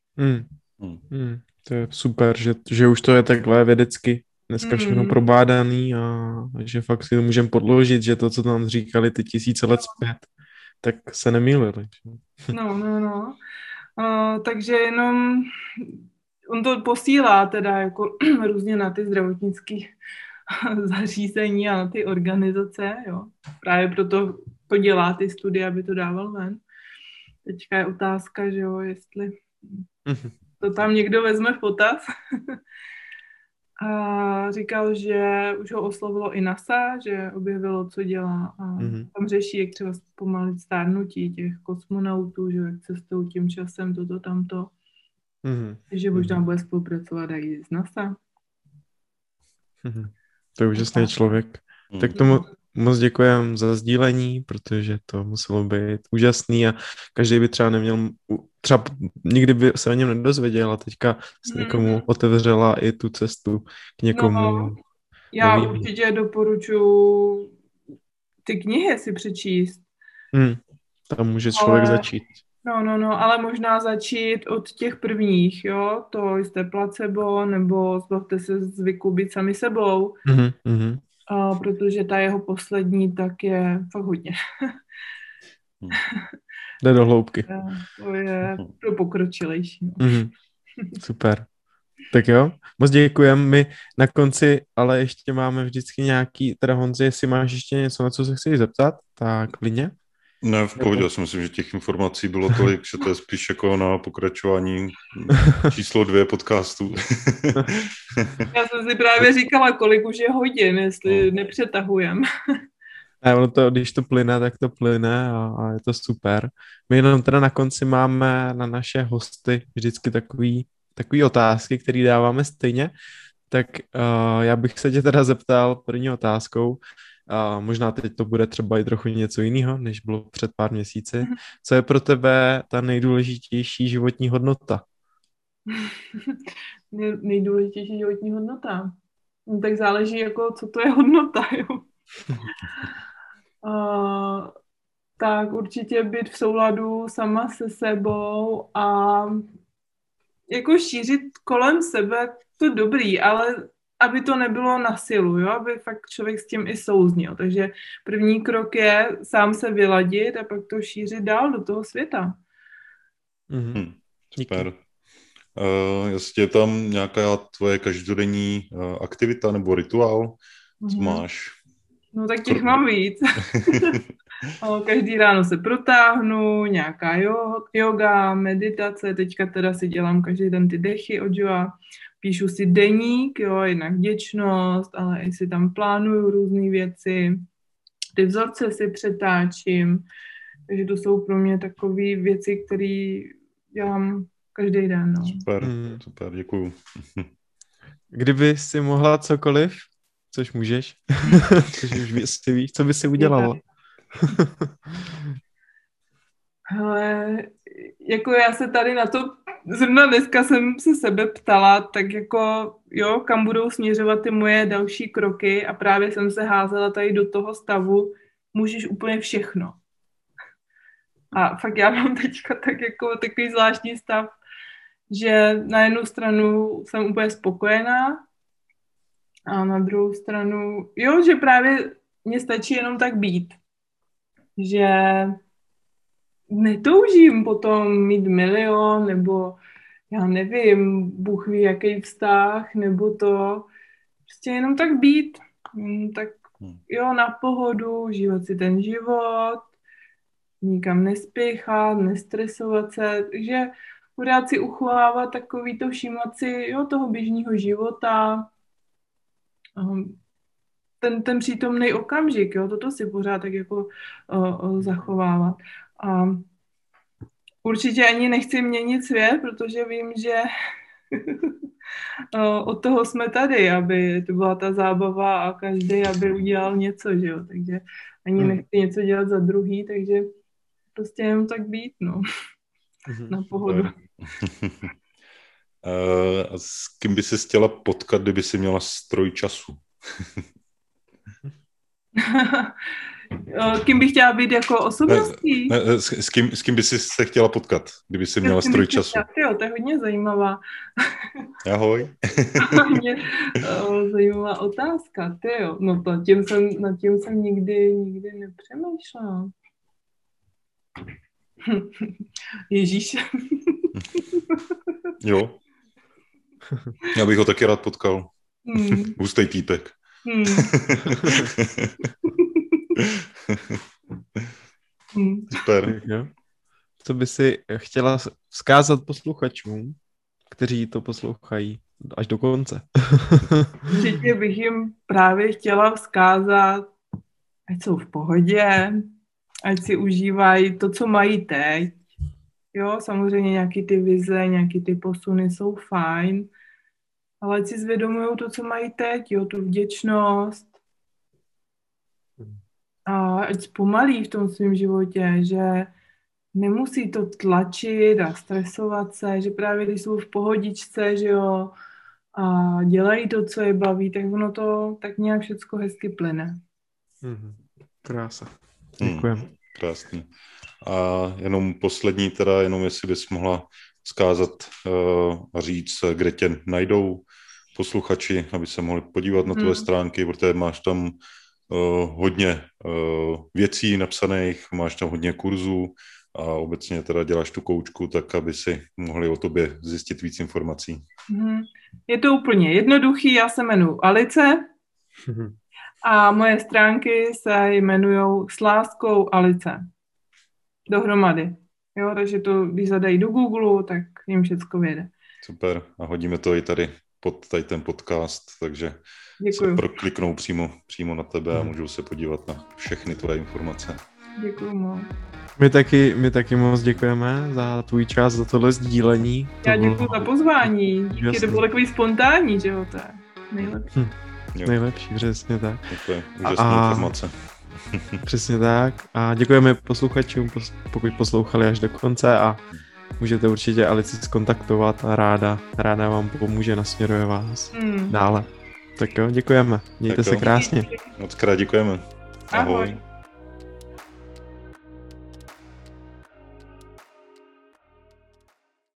To je super, že už to je takhle vědecky dneska všechno probádaný a že fakt si to můžeme podložit, že to, co nám říkali ty 1000 let zpět, tak se nemýlili. No. Takže jenom on to posílá teda jako různě na ty zdravotnické zařízení a na ty organizace, jo. Právě proto to dělá ty studie, aby to dával ven. Teďka je otázka, že jo, jestli to tam někdo vezme v potaz. A říkal, že už ho oslovilo i NASA, že objevilo, co dělá. A tam řeší, jak třeba zpomalit stárnutí těch kosmonautů, že jak cestují tím časem, toto, tamto. Takže možná bude spolupracovat i s NASA. To je úžasný člověk. Tak tomu moc děkujem za sdílení, protože to muselo být úžasný a každý by třeba neměl, třeba nikdy by se o něm nedozvěděl a teďka s někomu otevřela i tu cestu k někomu. No, já určitě doporučuji ty knihy si přečíst. Tam může člověk začít. No, ale možná začít od těch prvních, jo, to jste placebo, nebo zbavte se zvyku být sami sebou. Protože ta jeho poslední tak je fakt hodně. Jde do hloubky. To je pro pokročilejší. Super. Tak jo, moc děkujeme. My na konci, ale ještě máme vždycky nějaký, teda Honzi, jestli máš ještě něco, na co se chceš zeptat, tak klidně. Ne, v pohodě, já si myslím, že těch informací bylo tolik, že to je spíš jako na pokračování číslo 2 podcastu. Já jsem si právě říkala, kolik už je hodin, jestli nepřetahujem. Ne, ono to, když to plyne, tak to plyne a je to super. My jenom teda na konci máme na naše hosty vždycky takový otázky, které dáváme stejně. Tak já bych se tě teda zeptal první otázkou, a možná teď to bude třeba i trochu něco jiného, než bylo před pár měsíci. Co je pro tebe ta nejdůležitější životní hodnota? Nejdůležitější životní hodnota? No, tak záleží, jako, co to je hodnota, jo. Tak určitě být v souladu sama se sebou a jako šířit kolem sebe to dobrý, ale aby to nebylo na silu, jo? Aby fakt člověk s tím i souznil. Takže první krok je sám se vyladit a pak to šířit dál do toho světa. Super. Jestli je tam nějaká tvoje každodenní aktivita nebo rituál, co máš? No tak těch mám víc. Každý ráno se protáhnu, nějaká yoga, meditace, teďka teda si dělám každý den ty dechy od Joa, píšu si deník, jo, jednak vděčnost, ale i si tam plánuju různé věci, ty vzorce si přetáčím, takže to jsou pro mě takové věci, které dělám každý den. No. Super, děkuju. Kdyby si mohla cokoliv což můžeš. Což už si víš, co by si udělala. Hele, jako já se tady na to, zrovna dneska jsem se sebe ptala, tak jako jo, kam budou směřovat ty moje další kroky a právě jsem se házela tady do toho stavu, můžeš úplně všechno. A fakt já mám teďka tak jako takový zvláštní stav, že na jednu stranu jsem úplně spokojená a na druhou stranu, jo, že právě mně stačí jenom tak být. Že netoužím potom mít milion, nebo já nevím, Bůh ví, jaký vztah, nebo to. Prostě jenom tak být. Tak jo, na pohodu, žívat si ten život, nikam nespěchat, nestresovat se, takže pořád si uchovávat takový to, všímat si jo, toho běžného života, ten přítomný okamžik, jo, toto si pořád tak jako zachovávat. A určitě ani nechci měnit svět, protože vím, že od toho jsme tady, aby to byla ta zábava a každý, aby udělal něco, že jo, takže ani nechci něco dělat za druhý, takže prostě jenom tak být, no, na pohodu. A s kým by si chtěla potkat, kdyby si měla stroj času? Kým bych chtěla být jako osobností? S kým by si se chtěla potkat, kdyby si měla stroj času? Jo, to je hodně zajímavá. Ahoj. Hodně zajímavá otázka, tyjo. No to nad tím jsem nikdy nepřemýšlela. Ježíš. Jo. Já bych ho taky rád potkal. Hustej týpek. Super. Co by si chtěla vzkázat posluchačům, kteří to poslouchají až do konce? Určitě bych jim právě chtěla vzkázat, ať jsou v pohodě, ať si užívají to, co mají teď. Jo, samozřejmě nějaký ty vize, nějaký ty posuny jsou fajn, ale ať si zvědomujou to, co mají teď, jo, tu vděčnost. A ať zpomalí v tom svém životě, že nemusí to tlačit a stresovat se, že právě když jsou v pohodičce, že jo, a dělají to, co je baví, tak ono to tak nějak všecko hezky plyne. Krása. Děkujem. Krásný. A jenom poslední teda, jenom jestli bys mohla vzkázat a říct, kde tě najdou posluchači, aby se mohli podívat na tvoje stránky, protože máš tam hodně věcí napsaných, máš tam hodně kurzů a obecně teda děláš tu koučku, tak aby si mohli o tobě zjistit víc informací. Je to úplně jednoduchý, já se jmenuji Alice a moje stránky se jmenujou S láskou Alice. Dohromady. Jo, takže to, když zadají do Google, tak jim všecko vyjde. Super. A hodíme to i tady pod tady ten podcast, takže děkuju. Se prokliknou přímo na tebe a můžou se podívat na všechny tvoje informace. Děkuju moc. My taky moc děkujeme za tvůj čas, za tohle sdílení. Já děkuju za pozvání. Díky, to bylo takový spontánní, že jo, to je nejlepší. Nejlepší, přesně tak. Děkuji, úžasná informace. Přesně tak. A děkujeme posluchačům, pokud poslouchali až do konce a můžete určitě Alici zkontaktovat a ráda vám pomůže, nasměruje vás dále. Tak jo, děkujeme. Mějte se krásně. Moc krát děkujeme. Ahoj.